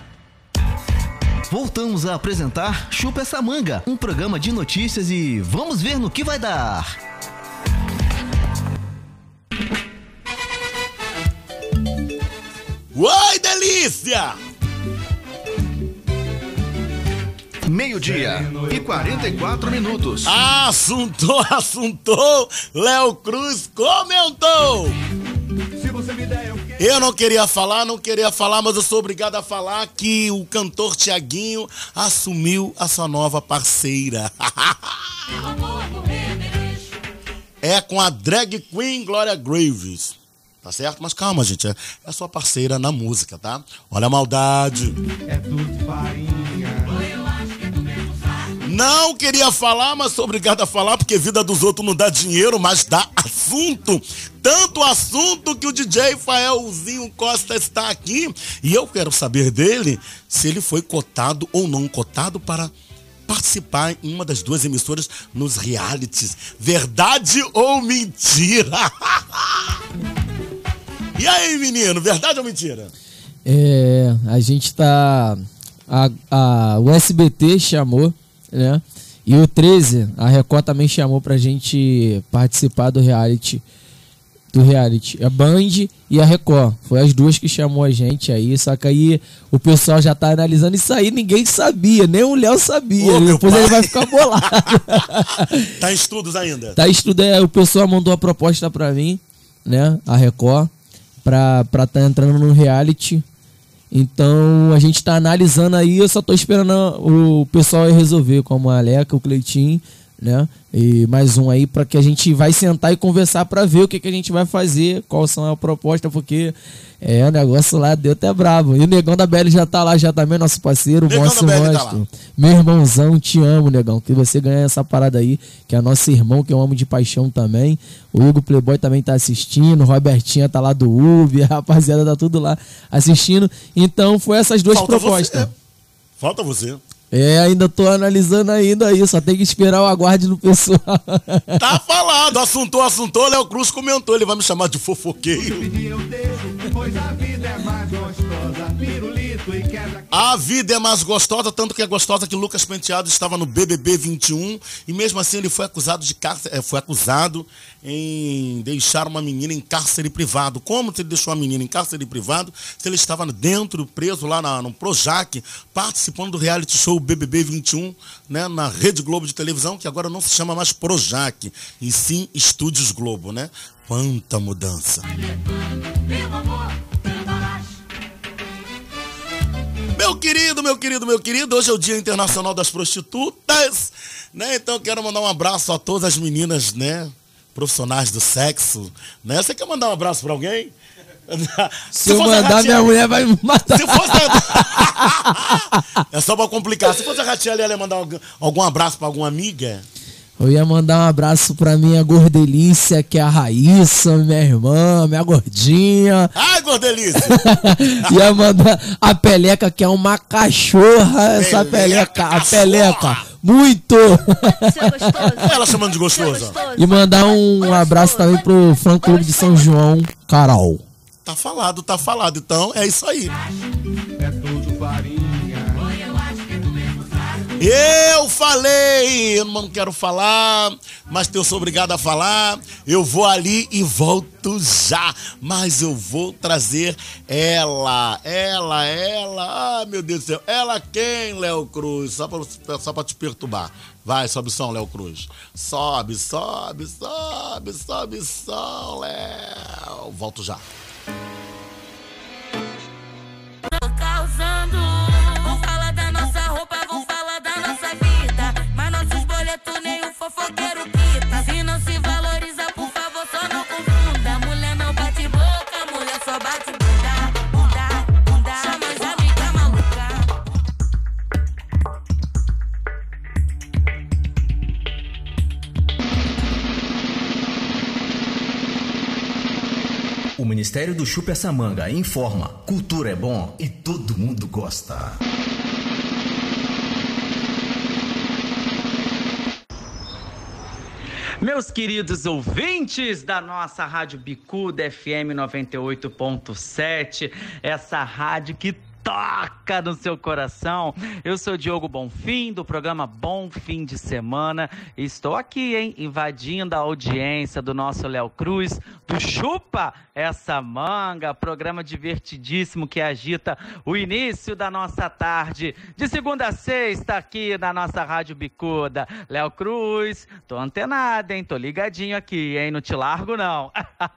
Voltamos a apresentar Chupa Essa Manga, um programa de notícias e vamos ver no que vai dar. Uai, delícia! Meio-dia e quarenta e quatro minutos. Assuntou, assuntou, Léo Cruz comentou. Se você me der, eu quero. Eu não queria falar, não queria falar, mas eu sou obrigado a falar que o cantor Thiaguinho assumiu a sua nova parceira. É com a drag queen Glória Graves. Tá certo? Mas calma, gente. É a sua parceira na música, tá? Olha a maldade. É tudo farinha. Não queria falar, mas sou obrigado a falar porque vida dos outros não dá dinheiro, mas dá assunto. Tanto assunto que o D J Faelzinho Costa está aqui e eu quero saber dele se ele foi cotado ou não cotado para participar em uma das duas emissoras nos realities. Verdade ou mentira? E aí, menino, verdade ou mentira? É, a gente tá... A, a, o S B T chamou, né? E o treze, a Record também chamou pra gente participar do reality. Do reality. A Band e a Record. Foi as duas que chamou a gente aí. Só que aí o pessoal já tá analisando isso aí. Ninguém sabia, nem o Léo sabia. Ô, Depois ele vai ficar bolado. Tá em estudos ainda? Tá em estudo. É, o pessoal mandou a proposta pra mim, né? A Record. Pra, pra tá entrando no reality. Então a gente tá analisando aí, eu só tô esperando o pessoal aí resolver, como a Aleca, o Cleitinho, né? E mais um aí para que a gente vai sentar e conversar para ver o que, que a gente vai fazer, qual são a proposta, porque é, o negócio lá deu até bravo. E o Negão da B L já tá lá, já também, nosso parceiro, o Monstro Monstro. Meu irmãozão, te amo, Negão, que você ganha essa parada aí, que é nosso irmão, que eu amo de paixão também. O Hugo Playboy também tá assistindo, o Robertinha tá lá do U B, a rapaziada tá tudo lá assistindo. Então foi essas duas Falta propostas. Você. Falta você. É, ainda tô analisando ainda aí, só tem que esperar o aguarde do pessoal. Tá falado, assuntou, assuntou, Léo Cruz comentou, ele vai me chamar de fofoqueiro. Pois a vida é mais gostosa, pirulito e quebra... A vida é mais gostosa, tanto que é gostosa que Lucas Penteado estava no B B B vinte e um e mesmo assim ele foi acusado de cárcere, foi acusado em deixar uma menina em cárcere privado. Como ele deixou a menina em cárcere privado se ele estava dentro, preso lá na, no Projac, participando do reality show B B B vinte e um, né, na Rede Globo de televisão, que agora não se chama mais Projac, e sim Estúdios Globo, né? Quanta mudança. Meu querido, meu querido, meu querido, hoje é o Dia Internacional das Prostitutas, né? Então eu quero mandar um abraço a todas as meninas, né, profissionais do sexo, né? Você quer mandar um abraço pra alguém? Se, Se eu mandar, Ratiele, minha mulher vai me matar. Se fosse... É só pra complicar. Se fosse a Ratiele, ela ia mandar algum, algum abraço pra alguma amiga? Eu ia mandar um abraço pra minha gordelícia, que é a Raíssa, minha irmã, minha gordinha. Ai, gordelícia! Ia mandar a Peleca, que é uma cachorra, essa Peleca, a Peleca. Muito! Ela chamando de gostosa. E mandar um abraço também pro fã clube de São João, Carol. Tá falado, tá falado. Então é isso aí. É tudo farinha. Eu falei, eu não quero falar, mas eu sou obrigado a falar. Eu vou ali e volto já. Mas eu vou trazer ela, ela, ela. Ah, meu Deus do céu. Ela quem, Léo Cruz? Só pra, só pra te perturbar. Vai, sobe o som, Léo Cruz. Sobe, sobe, sobe, sobe o som, Léo. Volto já. Tô causando. Vão falar da nossa roupa, vão falar da nossa vida. Mas nossos boletos nenhum fofoqueiro quita. Se não se valoriza, por favor, só não confunda. Mulher não bate boca, mulher só bate bunda, bunda, bunda. Chama as amigas maluca. O Ministério do Chupa Essa Manga informa: cultura é bom e todo mundo gosta. Meus queridos ouvintes da nossa Rádio Bicuda F M noventa e oito ponto sete, essa rádio que toca no seu coração. Eu sou Diogo Bonfim, do programa Bom Fim de Semana. Estou aqui, hein, invadindo a audiência do nosso Léo Cruz, do Chupa Essa Manga, programa divertidíssimo que agita o início da nossa tarde, de segunda a sexta, aqui na nossa Rádio Bicuda. Léo Cruz, tô antenado, hein, tô ligadinho aqui, hein, não te largo não.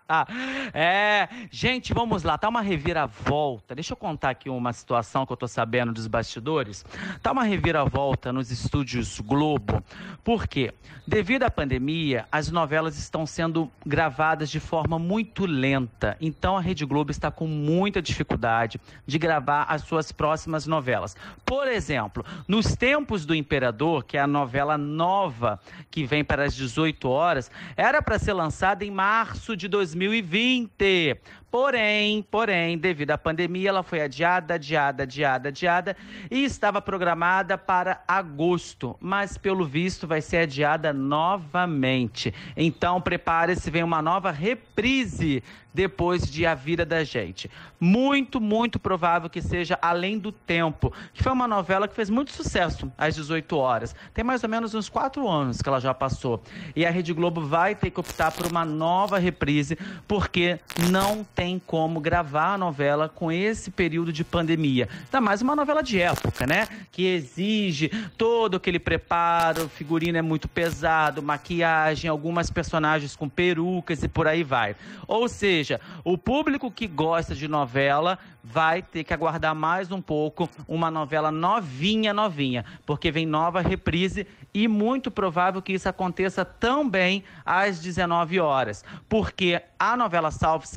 É, gente, vamos lá, tá uma reviravolta. Deixa eu contar aqui uma situação que eu tô sabendo dos bastidores. Tá uma reviravolta nos estúdios Globo. Por quê? Devido à pandemia, as novelas estão sendo gravadas de forma muito lenta. Então a Rede Globo está com muita dificuldade de gravar as suas próximas novelas. Por exemplo, Nos Tempos do Imperador, que é a novela nova que vem para as dezoito horas, era para ser lançada em março de dois mil e vinte. Porém, porém, devido à pandemia, ela foi adiada, adiada, adiada, adiada e estava programada para agosto, mas pelo visto vai ser adiada novamente. Então, prepare-se, vem uma nova reprise depois de A Vida da Gente. Muito, muito provável que seja Além do Tempo, que foi uma novela que fez muito sucesso às dezoito horas. Tem mais ou menos uns quatro anos que ela já passou. E a Rede Globo vai ter que optar por uma nova reprise, porque não tem como gravar a novela com esse período de pandemia. Ainda mais uma novela de época, né? Que exige todo aquele preparo, o figurino é muito pesado, maquiagem, algumas personagens com perucas e por aí vai. Ou seja, o público que gosta de novela vai ter que aguardar mais um pouco uma novela novinha, novinha, porque vem nova reprise e muito provável que isso aconteça também às dezenove horas, porque a novela Salve-se Quem Puder,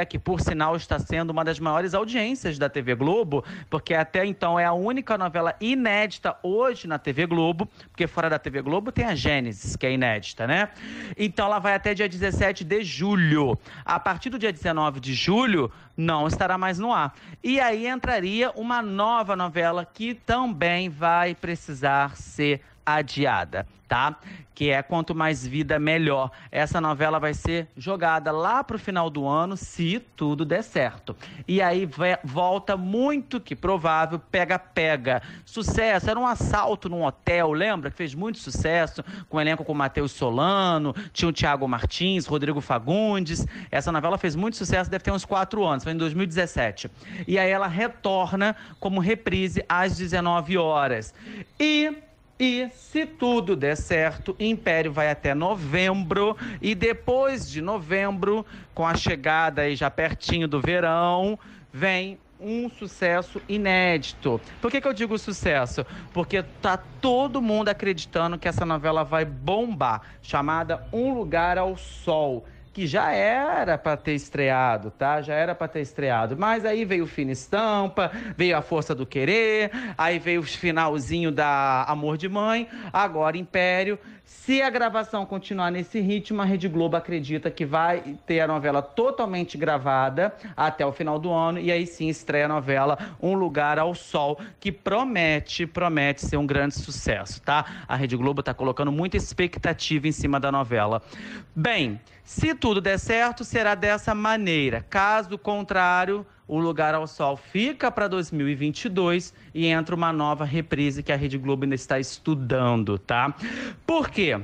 é, que por sinal está sendo uma das maiores audiências da T V Globo, porque até então é a única novela inédita hoje na T V Globo, porque fora da T V Globo tem a Gênesis, que é inédita, né? Então ela vai até dia dezessete de julho. A partir do dia dezenove de julho, não estará mais no ar. E aí entraria uma nova novela que também vai precisar ser adiada, tá? Que é Quanto Mais Vida, Melhor. Essa novela vai ser jogada lá pro final do ano, se tudo der certo. E aí volta muito que provável pega-pega. Sucesso, era um assalto num hotel, lembra? Que fez muito sucesso, com um elenco com Matheus Solano, tinha o Thiago Martins, Rodrigo Fagundes. Essa novela fez muito sucesso, deve ter uns quatro anos, foi em dois mil e dezessete. E aí ela retorna como reprise às dezenove horas. E... E, se tudo der certo, Império vai até novembro e depois de novembro, com a chegada aí já pertinho do verão, vem um sucesso inédito. Por que que eu digo sucesso? Porque tá todo mundo acreditando que essa novela vai bombar, chamada Um Lugar ao Sol, que já era para ter estreado, tá? Já era para ter estreado. Mas aí veio o Fina Estampa, veio A Força do Querer, aí veio o finalzinho da Amor de Mãe, agora Império. Se a gravação continuar nesse ritmo, a Rede Globo acredita que vai ter a novela totalmente gravada até o final do ano, e aí sim estreia a novela Um Lugar ao Sol, que promete, promete ser um grande sucesso, tá? A Rede Globo tá colocando muita expectativa em cima da novela. Bem, se tudo der certo, será dessa maneira. Caso contrário, O Lugar ao Sol fica para dois mil e vinte e dois e entra uma nova reprise que a Rede Globo ainda está estudando, tá? Por quê?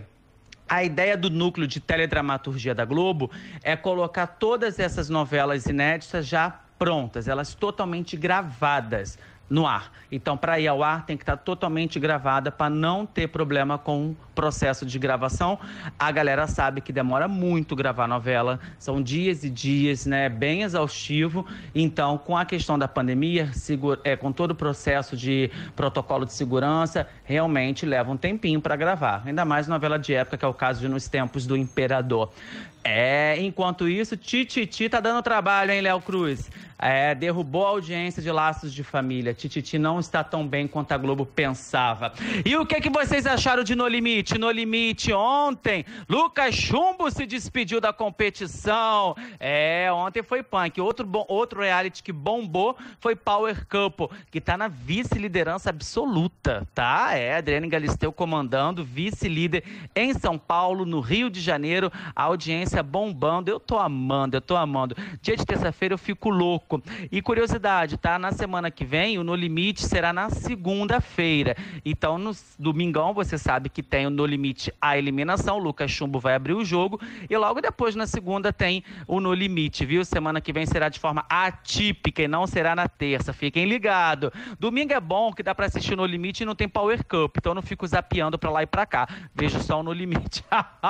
A ideia do núcleo de teledramaturgia da Globo é colocar todas essas novelas inéditas já prontas, elas totalmente gravadas no ar. Então, para ir ao ar, tem que estar totalmente gravada para não ter problema com o processo de gravação. A galera sabe que demora muito gravar novela, são dias e dias, né? Bem exaustivo. Então, com a questão da pandemia, segura, é, com todo o processo de protocolo de segurança, realmente leva um tempinho para gravar. Ainda mais novela de época, que é o caso de Nos Tempos do Imperador. É, enquanto isso, Tititi tá dando trabalho, hein, Léo Cruz? É, derrubou a audiência de Laços de Família. Tititi não está tão bem quanto a Globo pensava. E o que, que vocês acharam de No Limite? No Limite ontem, Lucas Chumbo se despediu da competição. É, ontem foi punk. Outro, bom, outro reality que bombou foi Power Couple, que tá na vice-liderança absoluta, tá? É, Adriane Galisteu comandando, vice-líder em São Paulo, no Rio de Janeiro, a audiência bombando. Eu tô amando, eu tô amando. Dia de terça-feira eu fico louco. E curiosidade, tá? Na semana que vem, o No Limite será na segunda-feira. Então, no domingão, você sabe que tem o No Limite a eliminação. O Lucas Chumbo vai abrir o jogo. E logo depois, na segunda, tem o No Limite, viu? Semana que vem será de forma atípica e não será na terça. Fiquem ligados. Domingo é bom que dá pra assistir o No Limite e não tem Power Cup. Então, eu não fico zapeando pra lá e pra cá. Vejo só o No Limite.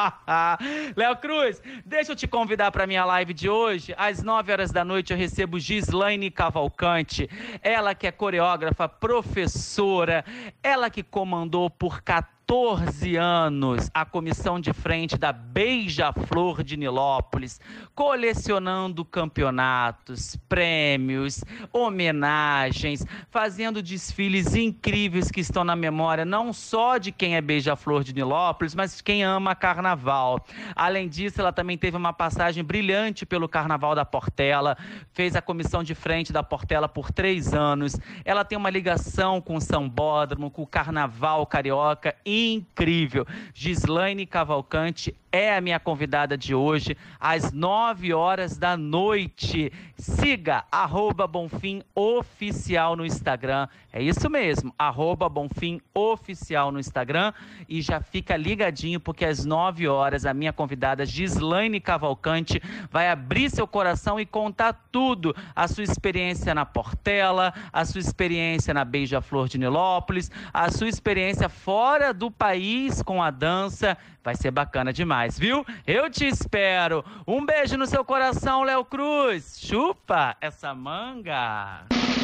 Léo Cruz, deixa eu te convidar pra minha live de hoje. Às nove horas da noite, eu recebo Gislaine Cavalcante, ela que é coreógrafa, professora, ela que comandou por quatorze anos a comissão de frente da Beija-Flor de Nilópolis, colecionando campeonatos, prêmios, homenagens, fazendo desfiles incríveis que estão na memória não só de quem é Beija-Flor de Nilópolis, mas de quem ama carnaval. Além disso, ela também teve uma passagem brilhante pelo Carnaval da Portela, fez a comissão de frente da Portela por três anos. Ela tem uma ligação com o Sambódromo, com o Carnaval Carioca, incrível. Gislaine Cavalcante é a minha convidada de hoje, às nove horas da noite. Siga, arroba Bonfim Oficial no Instagram. É isso mesmo, arroba Bonfim Oficial no Instagram. E já fica ligadinho, porque às nove horas a minha convidada Gislaine Cavalcante vai abrir seu coração e contar tudo. A sua experiência na Portela, a sua experiência na Beija-Flor de Nilópolis, a sua experiência fora do país com a dança. Vai ser bacana demais, viu? Eu te espero. Um beijo no seu coração, Léo Cruz. Chupa essa manga.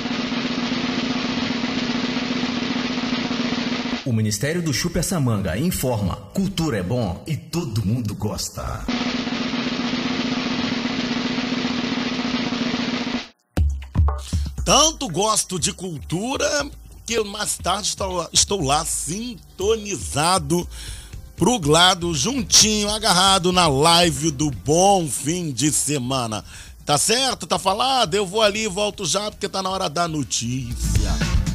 O Ministério do Chupa essa manga informa: cultura é bom e todo mundo gosta. Tanto gosto de cultura que mais tarde estou, estou lá sintonizado pro lado, juntinho, agarrado na live do Bom Fim de Semana. Tá certo? Tá falado? Eu vou ali e volto já porque tá na hora da notícia.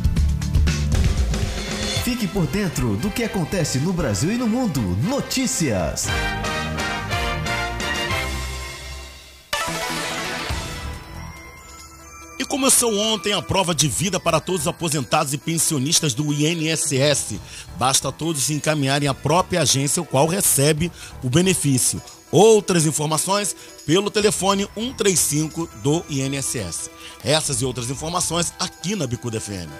Fique por dentro do que acontece no Brasil e no mundo. Notícias. E começou ontem a prova de vida para todos os aposentados e pensionistas do I N S S. Basta todos encaminharem a própria agência, o qual recebe o benefício. Outras informações pelo telefone um três cinco do I N S S. Essas e outras informações aqui na Bicuda F M.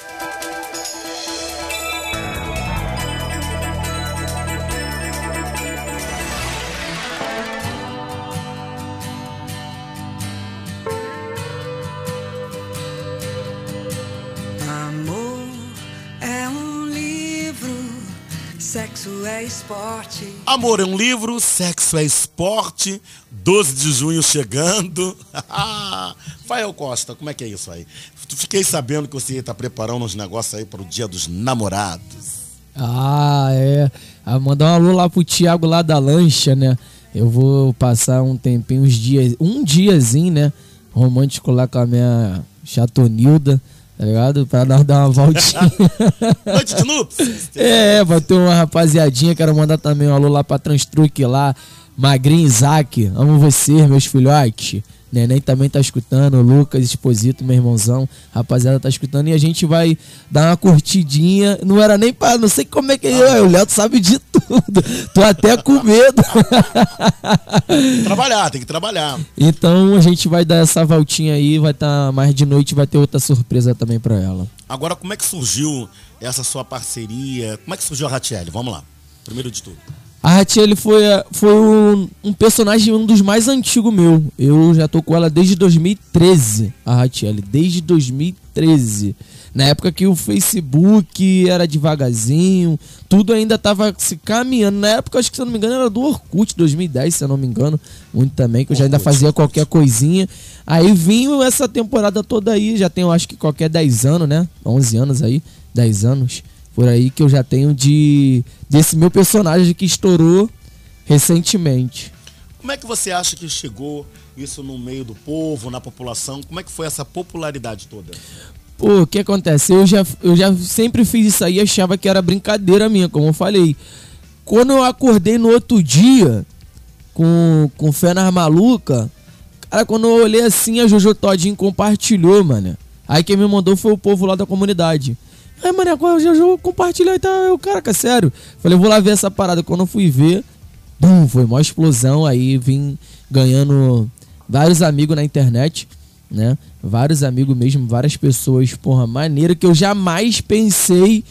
Sexo é esporte. Amor é um livro, sexo é esporte. doze de junho chegando. Fael Costa, como é que é isso aí? Fiquei sabendo que você está preparando uns negócios aí para o Dia dos Namorados. Ah, é. Ah, mandar um alô lá pro Thiago lá da lancha, né? Eu vou passar um tempinho, uns dias, um diazinho, né? Romântico lá com a minha chatonilda. Tá ligado? Pra nós dar uma voltinha. Noite de núpcias. É, vai ter uma rapaziadinha. Quero mandar também um alô lá pra Transtruc lá. Magrinho Isaac. Amo vocês, meus filhotes. Neném também tá escutando. Lucas Exposito, meu irmãozão. Rapaziada tá escutando. E a gente vai dar uma curtidinha. Não era nem pra... Não sei como é que é. O Léo sabe de tudo. Tô até com medo. Trabalhar, tem que trabalhar. Então a gente vai dar essa voltinha aí. Vai estar tá mais de noite. Vai ter outra surpresa também pra ela. Agora, como é que surgiu essa sua parceria? Como é que surgiu a Ratiele? Vamos lá. Primeiro de tudo. A Ratiele foi, foi um, um personagem, um dos mais antigos meu. Eu já tô com ela desde dois mil e treze, a Ratiele, desde dois mil e treze. Na época que o Facebook era devagarzinho, tudo ainda tava se caminhando. Na época, acho que se eu não me engano, era do Orkut, dois mil e dez, se eu não me engano. Muito também, que eu já ainda fazia qualquer coisinha. Aí vinha essa temporada toda aí, já tenho acho que qualquer dez anos, né? onze anos aí, dez anos. Por aí que eu já tenho de desse meu personagem que estourou recentemente. Como é que você acha que chegou isso no meio do povo, na população? Como é que foi essa popularidade toda? Pô, o que acontece? Eu já, eu já sempre fiz isso aí e achava que era brincadeira minha, como eu falei. Quando eu acordei no outro dia, com, com fé nas maluca, cara, quando eu olhei assim, a Jojo Todinho compartilhou, mano. Aí quem me mandou foi o povo lá da comunidade. Aí, mano, agora o Jojo compartilhou e tá, eu, caraca, sério. Falei, vou lá ver essa parada. Quando eu fui ver, bum, foi uma explosão. Aí vim ganhando vários amigos na internet, né? Vários amigos mesmo, várias pessoas, porra, maneira que eu jamais pensei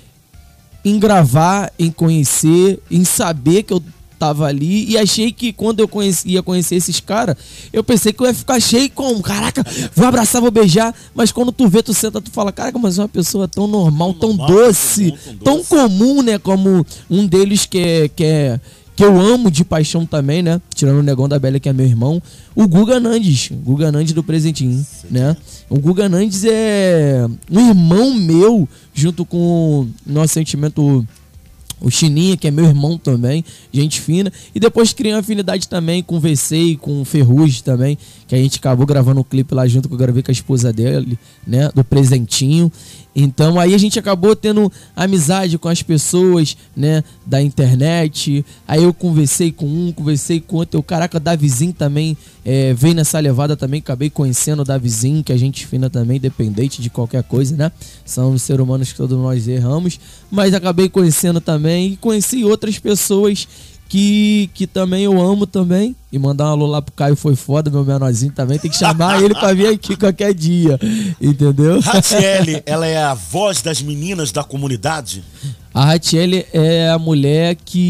em gravar, em conhecer, em saber que eu tava ali. E achei que quando eu conheci, ia conhecer esses caras, eu pensei que eu ia ficar cheio como, caraca, vou abraçar, vou beijar. Mas quando tu vê, tu senta, tu fala, caraca, mas é uma pessoa tão normal, tão, tão doce, tão, tão, tão comum, né? Como um deles que é, que é que eu amo de paixão também, né? Tirando o Negão da Bélia, que é meu irmão. O Guga Nandes, Guga Nandes do Presentinho, sim, né? O Guga Nandes é um irmão meu, junto com o nosso sentimento... O Chininha, que é meu irmão também, gente fina. E depois criei uma afinidade também com o V C e com o Ferrugem também, que a gente acabou gravando um clipe lá junto, que eu gravei com a esposa dele, né, do Presentinho. Então aí a gente acabou tendo amizade com as pessoas, né, da internet. Aí eu conversei com um, conversei com outro. Eu, caraca, o Davizinho também é, veio nessa levada também. Acabei conhecendo o Davizinho, que é gente fina também, independente de qualquer coisa, né? São seres humanos que todos nós erramos. Mas acabei conhecendo também e conheci outras pessoas que, que também eu amo também. E mandar um alô lá pro Caio Foi Foda, meu menorzinho também. Tem que chamar ele pra vir aqui qualquer dia, entendeu? Ratiele, ela é a voz das meninas da comunidade? A Ratiele é a mulher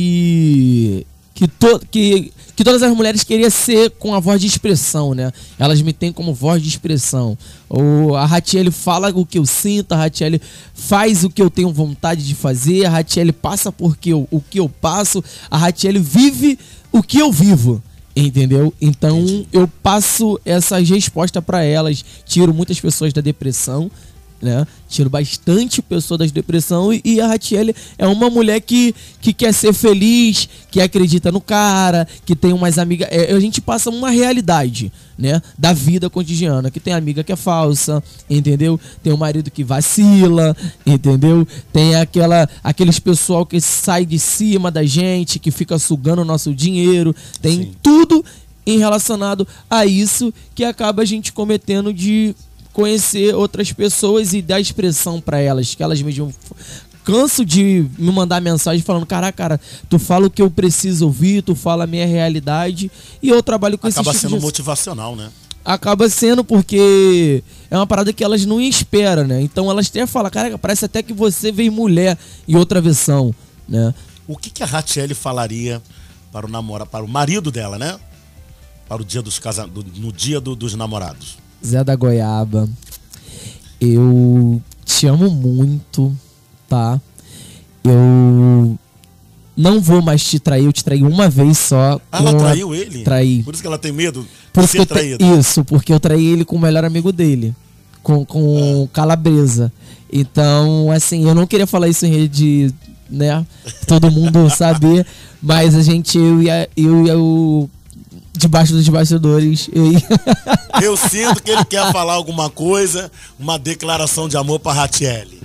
que... Que, to, que, que todas as mulheres queriam ser com a voz de expressão, né? Elas me têm como voz de expressão. Ou a Ratiele fala o que eu sinto, a Ratiele faz o que eu tenho vontade de fazer, a Ratiele passa porque eu, o que eu passo, a Ratiele vive o que eu vivo. Entendeu? Então Entendi. eu passo essas respostas para elas, tiro muitas pessoas da depressão, né? Tiro bastante pessoa das depressão e, e a Ratiele é uma mulher que, que quer ser feliz, que acredita no cara, que tem umas amigas. É, a gente passa uma realidade, né? Da vida cotidiana, que tem amiga que é falsa, entendeu? Tem o marido que vacila, entendeu? Tem aquela, aqueles pessoal que sai de cima da gente, que fica sugando o nosso dinheiro. Tem Sim. tudo em relacionado a isso que acaba a gente cometendo de conhecer outras pessoas e dar expressão para elas, que elas mesmo canso de me mandar mensagem falando, caraca, cara, tu fala o que eu preciso ouvir, tu fala a minha realidade, e eu trabalho com esse tipo de... Acaba sendo motivacional, né? Acaba sendo porque é uma parada que elas não esperam, né? Então elas até falam, caraca, parece até que você veio mulher em outra versão, né? O que, que a Ratiele falaria para o namorado, para o marido dela, né? Para o dia dos casa... no dia do, dos namorados? Zé da Goiaba, eu te amo muito, tá? Eu não vou mais te trair, eu te traí uma vez só. Ah, ela traiu ele? Traí. Por isso que ela tem medo de porque ser traída? Isso, porque eu traí ele com o melhor amigo dele, com, com é. Calabresa. Então, assim, eu não queria falar isso em rede, né? Todo mundo saber, mas a gente, eu e a, eu, eu debaixo dos bastidores. Eu, eu sinto que ele quer falar alguma coisa, uma declaração de amor para Ratiele.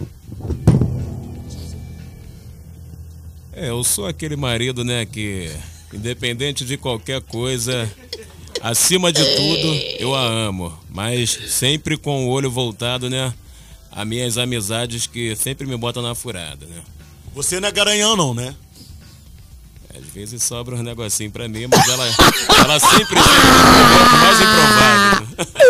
É, eu sou aquele marido, né, que independente de qualquer coisa, acima de tudo, eu a amo, mas sempre com o olho voltado, né, a minhas amizades que sempre me botam na furada, né. Você não é garanhão não, né? Às vezes sobra um negocinho pra mim, mas ela, ela sempre chega no momento mais improvável.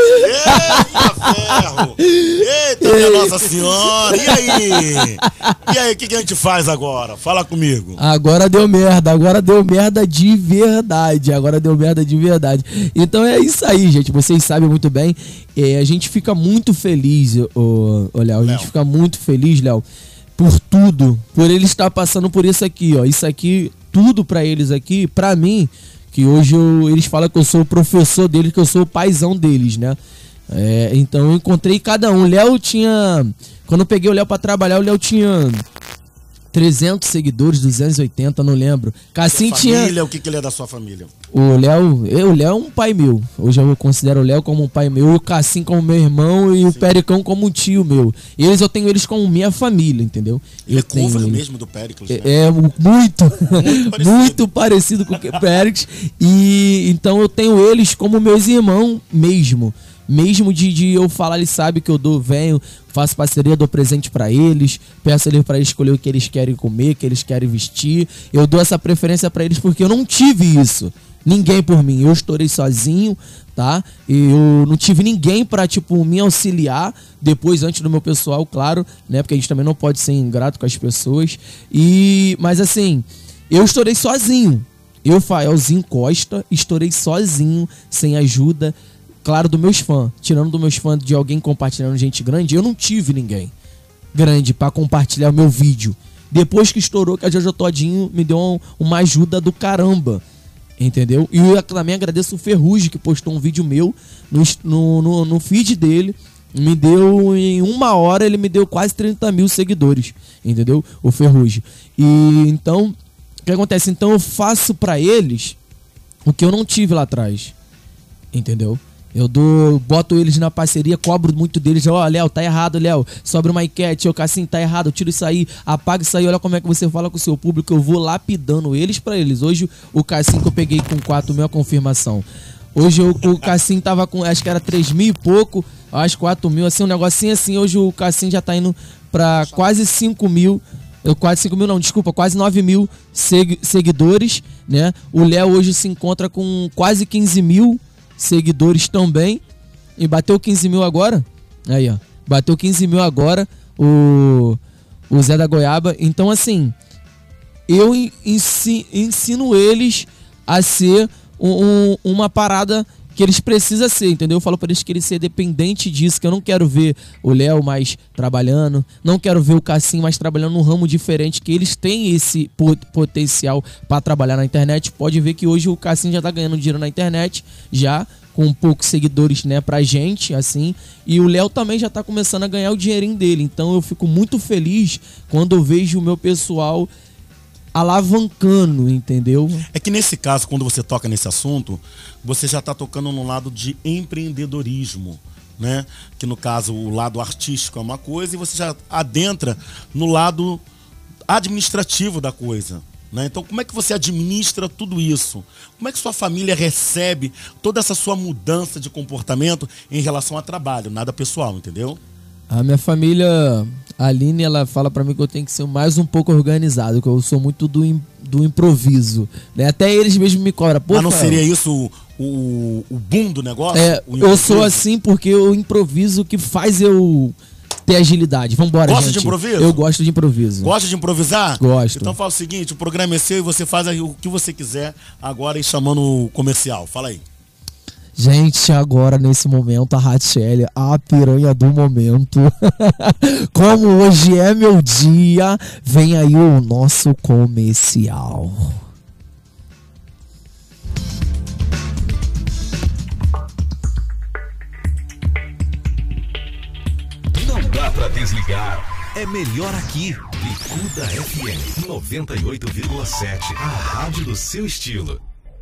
Eita ferro! Eita, minha Nossa Senhora! E aí? E aí, o que, que a gente faz agora? Fala comigo. Agora deu merda, agora deu merda de verdade. Agora deu merda de verdade. Então é isso aí, gente. Vocês sabem muito bem. É, a gente fica muito feliz, ô, ô Léo. A gente fica muito feliz, Léo, por tudo. Por ele estar passando por isso aqui, ó. Isso aqui, tudo pra eles aqui, pra mim, que hoje eu, eles falam que eu sou o professor deles, que eu sou o paizão deles, né? É, então eu encontrei cada um. O Léo tinha... Quando eu peguei o Léo pra trabalhar, o Léo tinha trezentos seguidores, duzentos e oitenta, não lembro. Cassim tinha... Família, o que, que ele é da sua família? O Léo, eu, o Léo é um pai meu. Hoje eu considero o Léo como um pai meu, e o Cassim como meu irmão e Sim. o Pericão como um tio meu. Eles, eu tenho eles como minha família, entendeu? Ele eu é tenho cover eles. mesmo do Péricles, né? É, é muito, muito parecido. muito parecido com o Péricles. E então eu tenho eles como meus irmãos mesmo. Mesmo de, de eu falar, eles sabem que eu dou, venho, faço parceria, dou presente pra eles, peço eles pra escolher o que eles querem comer, o que eles querem vestir. Eu dou essa preferência pra eles porque eu não tive isso. Ninguém por mim. Eu estourei sozinho, tá? Eu não tive ninguém pra, tipo, me auxiliar depois, antes do meu pessoal, claro, né? Porque a gente também não pode ser ingrato com as pessoas. E, mas assim, eu estourei sozinho. Eu, Faelzinho Costa, estourei sozinho, sem ajuda, claro, dos meus fãs. Tirando dos meus fãs de alguém compartilhando gente grande, eu não tive ninguém grande pra compartilhar o meu vídeo. Depois que estourou, que a Jojo Todinho me deu um, uma ajuda do caramba. Entendeu? E eu também agradeço o Ferrugem, que postou um vídeo meu no, no, no, no feed dele. Me deu, em uma hora, ele me deu quase trinta mil seguidores. Entendeu? O Ferrugem. E então, o que acontece? Então eu faço pra eles o que eu não tive lá atrás. Entendeu? Eu dou, boto eles na parceria, cobro muito deles. Ó, oh, Léo, tá errado, Léo. Sobre uma enquete, ô Cassim, tá errado, tira isso aí, apaga isso aí. Olha como é que você fala com o seu público. Eu vou lapidando eles pra eles. Hoje, o Cassim que eu peguei com quatro mil a confirmação. Hoje, eu, o Cassim tava com, acho que era três mil e pouco, acho quatro mil, assim, um negocinho assim. Hoje, o Cassim já tá indo pra quase cinco mil. Eu, quase cinco mil, não, desculpa, quase nove mil segu, seguidores, né? O Léo hoje se encontra com quase quinze mil seguidores também. E bateu quinze mil agora. Aí, ó. Bateu quinze mil agora. O, o Zé da Goiaba. Então, assim, eu ensino, ensino eles a ser um, um, uma parada que que eles precisam ser, entendeu? Eu falo para eles que eles ser dependente disso, que eu não quero ver o Léo mais trabalhando, não quero ver o Cassim mais trabalhando num ramo diferente, que eles têm esse potencial para trabalhar na internet. Pode ver que hoje o Cassim já tá ganhando dinheiro na internet, já com poucos seguidores, né, pra gente, assim, e o Léo também já tá começando a ganhar o dinheirinho dele. Então eu fico muito feliz quando eu vejo o meu pessoal alavancando, entendeu? É que nesse caso, quando você toca nesse assunto, você já está tocando no lado de empreendedorismo, né? Que no caso o lado artístico é uma coisa e você já adentra no lado administrativo da coisa, né? Então como é que você administra tudo isso? Como é que sua família recebe toda essa sua mudança de comportamento em relação a trabalho, nada pessoal, entendeu? A minha família, a Aline, ela fala pra mim que eu tenho que ser mais um pouco organizado, que eu sou muito do, im, do improviso, né? Até eles mesmos me cobram. Mas não seria isso o, o, o boom do negócio? É, eu sou assim porque eu improviso que faz eu ter agilidade. Vambora, Gosta gente. de improviso? Eu gosto de improviso. Gosta de improvisar? Gosto. Então fala o seguinte, o programa é seu e você faz o que você quiser agora e chamando o comercial. Fala aí. Gente, agora nesse momento a Rachelle, a piranha do momento. Como hoje é meu dia, vem aí o nosso comercial. Não dá pra desligar. É melhor aqui. Bicuda F M noventa e oito vírgula sete, a rádio do seu estilo.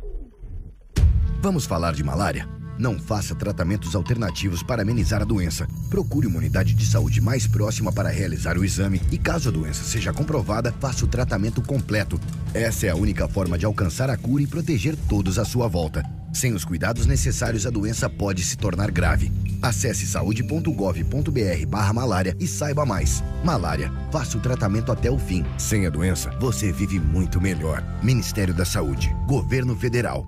Vamos falar de malária? Não faça tratamentos alternativos para amenizar a doença. Procure uma unidade de saúde mais próxima para realizar o exame e, caso a doença seja comprovada, faça o tratamento completo. Essa é a única forma de alcançar a cura e proteger todos à sua volta. Sem os cuidados necessários, a doença pode se tornar grave. Acesse saúde ponto gov ponto br barra malária e saiba mais. Malária, faça o tratamento até o fim. Sem a doença, você vive muito melhor. Ministério da Saúde, Governo Federal.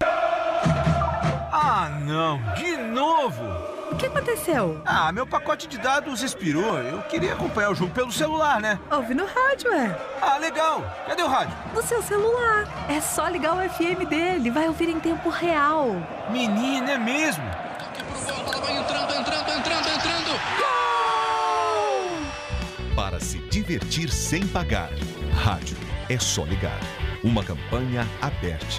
Ah, não, de novo! O que aconteceu? Ah, meu pacote de dados expirou. Eu queria acompanhar o jogo pelo celular, né? Ouve no rádio, é. Ah, legal. Cadê o rádio? No seu celular. É só ligar o F M dele, vai ouvir em tempo real. Menina, é mesmo? Bola vai entrando, entrando, entrando, entrando. Gol! Para se divertir sem pagar. Rádio é só ligar. Uma campanha aberta.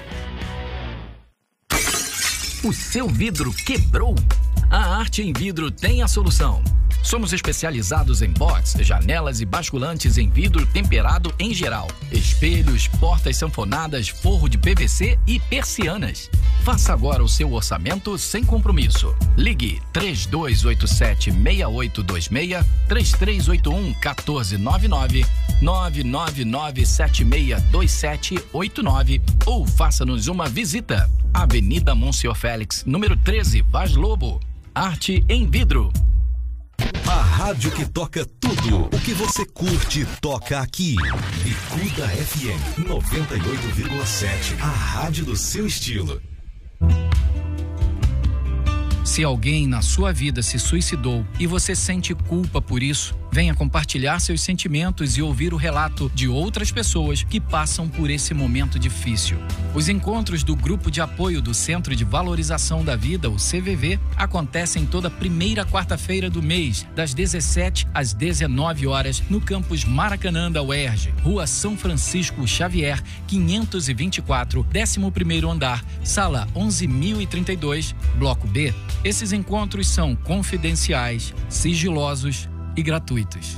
O seu vidro quebrou? A Arte em Vidro tem a solução. Somos especializados em box, janelas e basculantes em vidro temperado em geral. Espelhos, portas sanfonadas, forro de P V C e persianas. Faça agora o seu orçamento sem compromisso. Ligue três dois oito sete, seis oito dois seis, três três oito um, um quatro nove nove, nove nove nove sete seis dois sete oito nove ou faça-nos uma visita. Avenida Monsenhor Félix, número treze, Vaz Lobo. Arte em Vidro. A rádio que toca tudo o que você curte, toca aqui. Bicuda F M noventa e oito vírgula sete, a rádio do seu estilo. Se alguém na sua vida se suicidou e você sente culpa por isso, venha compartilhar seus sentimentos e ouvir o relato de outras pessoas que passam por esse momento difícil. Os encontros do Grupo de Apoio do Centro de Valorização da Vida, o C V V, acontecem toda primeira quarta-feira do mês, das dezessete às dezenove horas, no campus Maracanã da U E R J, Rua São Francisco Xavier, quinhentos e vinte e quatro, décimo primeiro andar, sala onze mil e trinta e dois, bloco B. Esses encontros são confidenciais, sigilosos e gratuitos.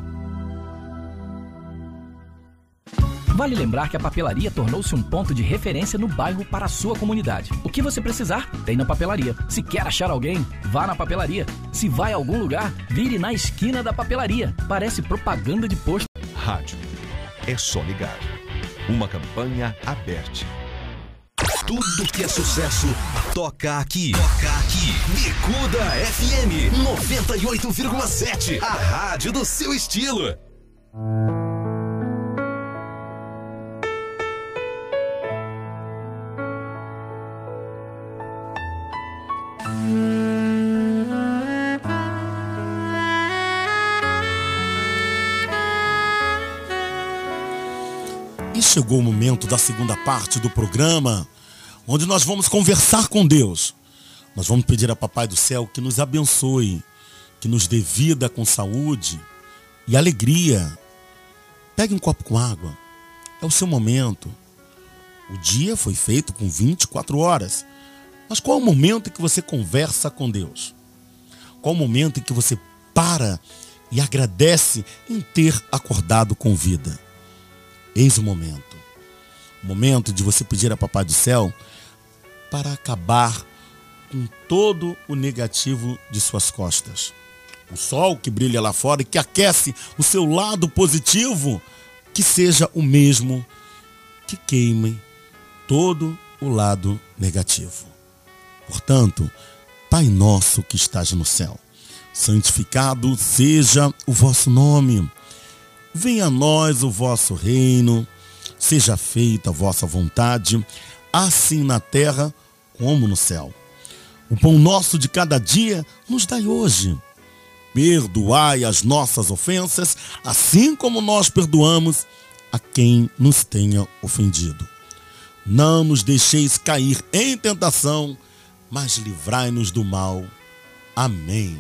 Vale lembrar que a papelaria tornou-se um ponto de referência no bairro para a sua comunidade. O que você precisar, tem na papelaria. Se quer achar alguém, vá na papelaria. Se vai a algum lugar, vire na esquina da papelaria. Parece propaganda de posto. Rádio é só ligar. Uma campanha aberta. Tudo que é sucesso, toca aqui. Toca aqui. Bicuda F M noventa e oito vírgula sete, a rádio do seu estilo. E chegou o momento da segunda parte do programa, onde nós vamos conversar com Deus. Nós vamos pedir a Papai do Céu que nos abençoe, que nos dê vida com saúde e alegria. Pegue um copo com água. É o seu momento. O dia foi feito com vinte e quatro horas. Mas qual é o momento em que você conversa com Deus? Qual o momento em que você para e agradece em ter acordado com vida? Eis o momento. O momento de você pedir a Papai do Céu para acabar com todo o negativo de suas costas. O sol que brilha lá fora e que aquece o seu lado positivo, que seja o mesmo que queime todo o lado negativo. Portanto, Pai nosso que estás no céu, santificado seja o vosso nome. Venha a nós o vosso reino, seja feita a vossa vontade, assim na terra como no céu. O pão nosso de cada dia nos dai hoje. Perdoai as nossas ofensas, assim como nós perdoamos a quem nos tenha ofendido. Não nos deixeis cair em tentação, mas livrai-nos do mal. Amém.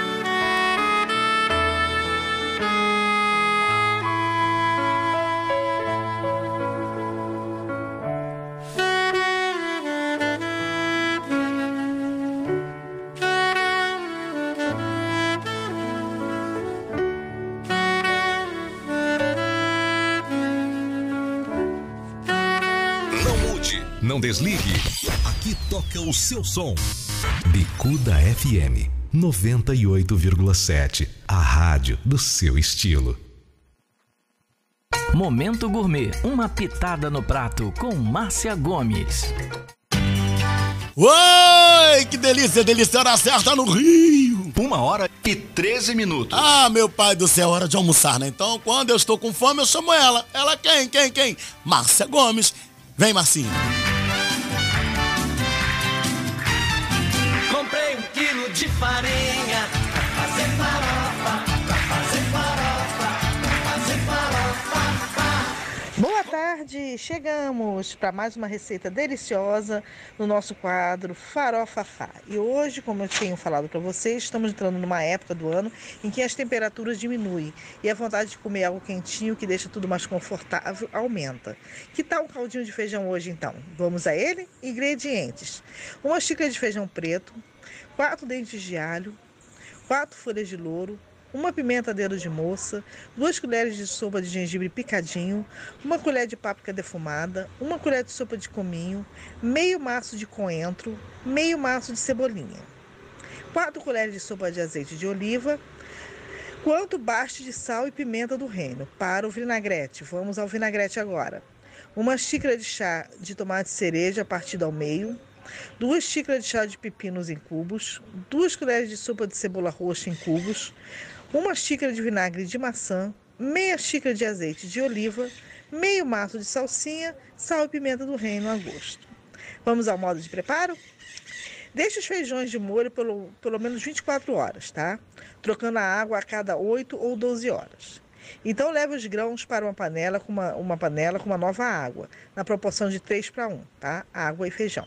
Não desligue. Aqui toca o seu som. Bicuda F M noventa e oito vírgula sete. A rádio do seu estilo. Momento Gourmet. Uma pitada no prato com Márcia Gomes. Oi, que delícia, delícia. Hora certa no Rio. Uma hora e treze minutos. Ah, meu pai do céu, hora de almoçar, né? Então, quando eu estou com fome, eu chamo ela. Ela quem, quem, quem? Márcia Gomes. Vem, Marcinho. Comprei um quilo de farinha pra fazer farofa, pra fazer farofa, pra fazer farofa. Boa tarde, chegamos para mais uma receita deliciosa no nosso quadro Farofa Fá. E hoje, como eu tenho falado para vocês, estamos entrando numa época do ano em que as temperaturas diminuem e a vontade de comer algo quentinho que deixa tudo mais confortável aumenta. Que tal um caldinho de feijão hoje então? Vamos a ele? Ingredientes: uma xícara de feijão preto, quatro dentes de alho, quatro folhas de louro, uma pimenta dedo de moça, duas colheres de sopa de gengibre picadinho, uma colher de páprica defumada, uma colher de sopa de cominho, meio maço de coentro, meio maço de cebolinha, quatro colheres de sopa de azeite de oliva, quanto baste de sal e pimenta do reino. Para o vinagrete, vamos ao vinagrete agora. Uma xícara de chá de tomate cereja partido ao meio, duas xícaras de chá de pepinos em cubos, duas colheres de sopa de cebola roxa em cubos, uma xícara de vinagre de maçã, meia xícara de azeite de oliva, meio maço de salsinha, sal e pimenta do reino a gosto. Vamos ao modo de preparo? Deixe os feijões de molho pelo, pelo menos vinte e quatro horas, tá? Trocando a água a cada oito ou doze horas. Então leve os grãos para uma panela com uma, uma panela com uma nova água, na proporção de três para um, tá? Água e feijão.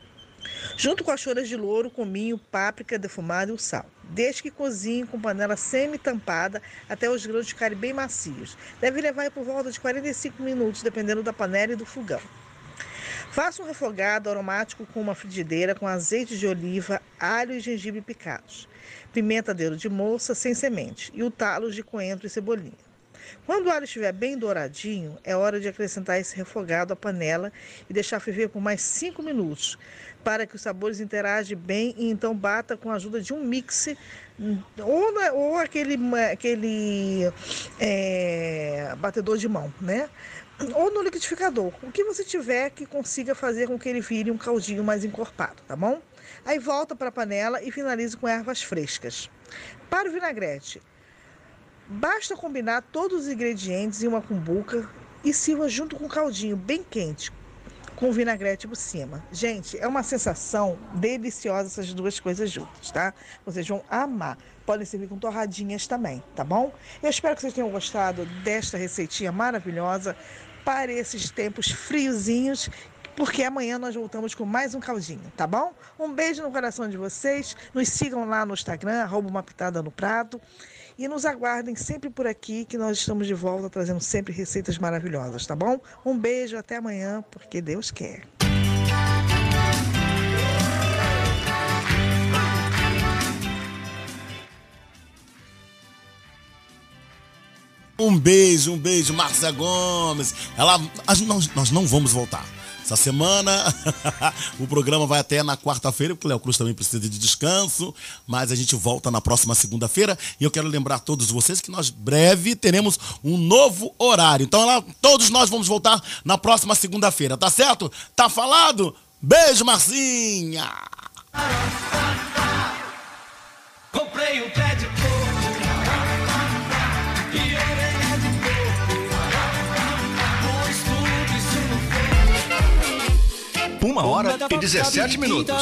Junto com as folhas de louro, cominho, páprica defumada e o sal. Deixe que cozinhe com panela semi-tampada até os grãos ficarem bem macios. Deve levar por volta de quarenta e cinco minutos, dependendo da panela e do fogão. Faça um refogado aromático com uma frigideira com azeite de oliva, alho e gengibre picados, pimenta dedo de moça sem semente e o talo de coentro e cebolinha. Quando o alho estiver bem douradinho, é hora de acrescentar esse refogado à panela e deixar ferver por mais cinco minutos, para que os sabores interagem bem e então bata com a ajuda de um mixer ou, na, ou aquele, aquele é, batedor de mão, né? Ou no liquidificador, o que você tiver que consiga fazer com que ele vire um caldinho mais encorpado, tá bom? Aí volta para a panela e finalize com ervas frescas. Para o vinagrete, basta combinar todos os ingredientes em uma cumbuca e sirva junto com o caldinho bem quente, com o vinagrete por cima. Gente, é uma sensação deliciosa essas duas coisas juntas, tá? Vocês vão amar. Podem servir com torradinhas também, tá bom? Eu espero que vocês tenham gostado desta receitinha maravilhosa para esses tempos friozinhos, porque amanhã nós voltamos com mais um caldinho, tá bom? Um beijo no coração de vocês, nos sigam lá no Instagram, arroba uma pitada no prato, e nos aguardem sempre por aqui, que nós estamos de volta trazendo sempre receitas maravilhosas, tá bom? Um beijo, até amanhã, porque Deus quer. Um beijo, um beijo, Márcia Gomes. Ela, nós, nós não vamos voltar. Essa semana o programa vai até na quarta-feira, porque o Léo Cruz também precisa de descanso, mas a gente volta na próxima segunda-feira. E eu quero lembrar a todos vocês que nós breve teremos um novo horário. Então lá, todos nós vamos voltar na próxima segunda-feira, tá certo? Tá falado? Beijo, Marcinha! Comprei um pé de coco e orelha de coco, pus tudo isso no Uma hora e dezessete minutos.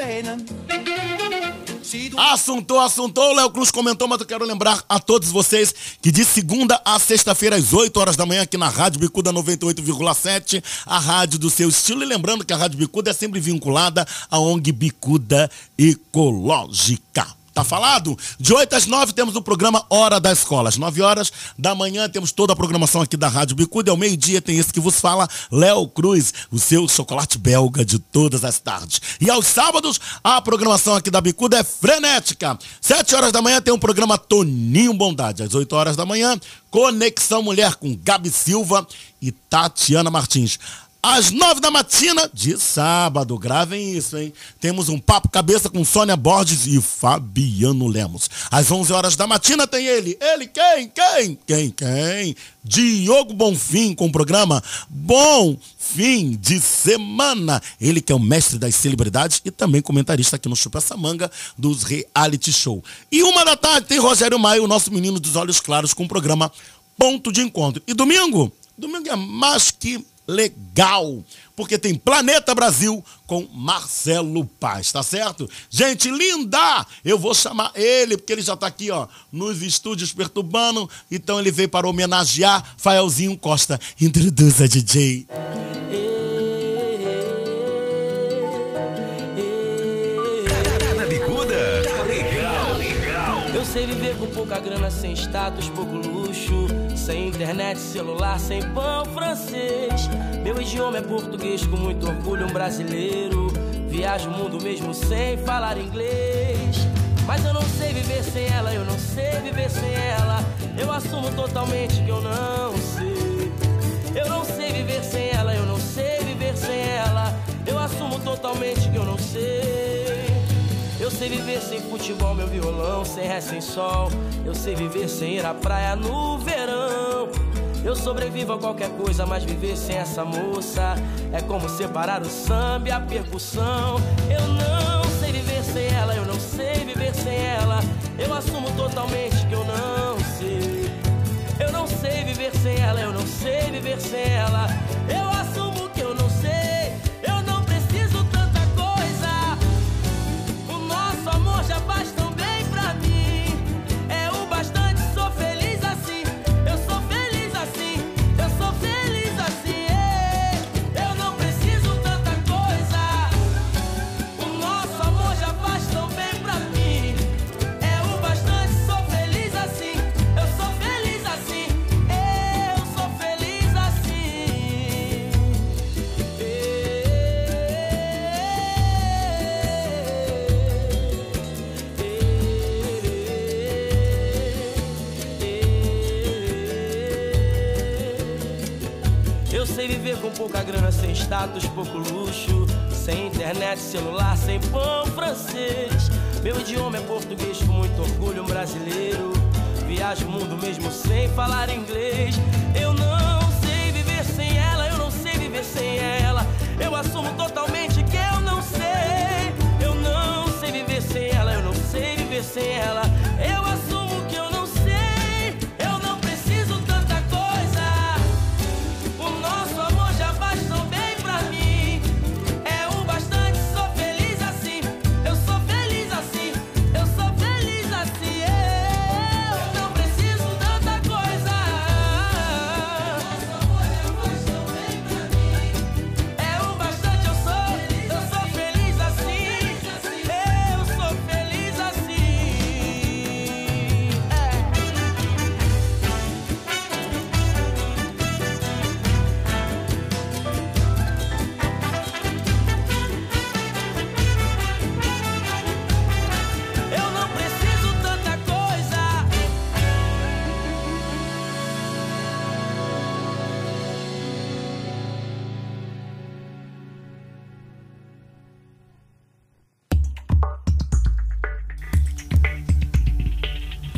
Assuntou, assuntou, Léo Cruz comentou, mas eu quero lembrar a todos vocês que de segunda a sexta-feira, às oito horas da manhã, aqui na Rádio Bicuda noventa e oito vírgula sete, a rádio do seu estilo. E lembrando que a Rádio Bicuda é sempre vinculada à O N G Bicuda Ecológica. Tá falado? De oito às nove temos o programa Hora da Escola. Às nove horas da manhã temos toda a programação aqui da Rádio Bicuda. Ao meio-dia tem esse que vos fala, Léo Cruz, o seu chocolate belga de todas as tardes. E aos sábados, a programação aqui da Bicuda é frenética. Sete horas da manhã tem um programa Toninho Bondade. Às oito horas da manhã, Conexão Mulher com Gabi Silva e Tatiana Martins. Às nove da matina de sábado, gravem isso, hein? Temos um Papo Cabeça com Sônia Borges e Fabiano Lemos. Às onze horas da matina tem ele. Ele quem? Quem? Quem? Quem? Diogo Bonfim com o programa Bom Fim de Semana. Ele que é o mestre das celebridades e também comentarista aqui no Chupa Essa Manga dos reality show. E uma da tarde tem Rogério Maia, o nosso menino dos olhos claros, com o programa Ponto de Encontro. E domingo? Domingo é mais que legal, porque tem Planeta Brasil com Marcelo Paz, tá certo? Gente linda! Eu vou chamar ele, porque ele já tá aqui, ó, nos estúdios perturbando, então ele veio para homenagear Faelzinho Costa. Introduza, D J. Na bicuda, legal, legal. Eu sei viver com pouca grana, sem status, pouco luxo, sem internet, celular, sem pão francês. Meu idioma é português, com muito orgulho, um brasileiro. Viajo o mundo mesmo sem falar inglês. Mas eu não sei viver sem ela, eu não sei viver sem ela. Eu assumo totalmente que eu não sei. Eu não sei viver sem ela, eu não sei viver sem ela. Eu assumo totalmente que eu não sei. Eu sei viver sem futebol, meu violão, sem ré, sem sol. Eu sei viver sem ir à praia no verão. Eu sobrevivo a qualquer coisa, mas viver sem essa moça é como separar o samba e a percussão. Eu não sei viver sem ela, eu não sei viver sem ela. Eu assumo totalmente que eu não sei. Eu não sei viver sem ela, eu não sei viver sem ela. Eu assumo que eu não sei, eu não preciso tanta coisa. O nosso amor já faz tão bem pra mim. É o bastante, sou feliz assim. Eu sou feliz assim, eu sou feliz assim. Eu não preciso tanta coisa. O nosso amor já faz tão bem pra mim. É o bastante, sou feliz assim. Eu sou feliz assim, eu sou feliz assim. Eu sei viver com pouca grana, sem status, pouco luxo, sem internet, celular, sem pão francês. Meu idioma é português, com muito orgulho, um brasileiro. Viajo o mundo mesmo sem falar inglês. Eu não sei viver sem ela, eu não sei viver sem ela. Eu assumo totalmente que eu não sei. Eu não sei viver sem ela, eu não sei viver sem ela. Eu assumo que eu não sei. Eu não preciso tanta coisa. O nosso amor já faz tão bem pra mim. É o bastante, sou feliz assim. Eu sou feliz assim, eu sou feliz assim. Eu não preciso tanta coisa.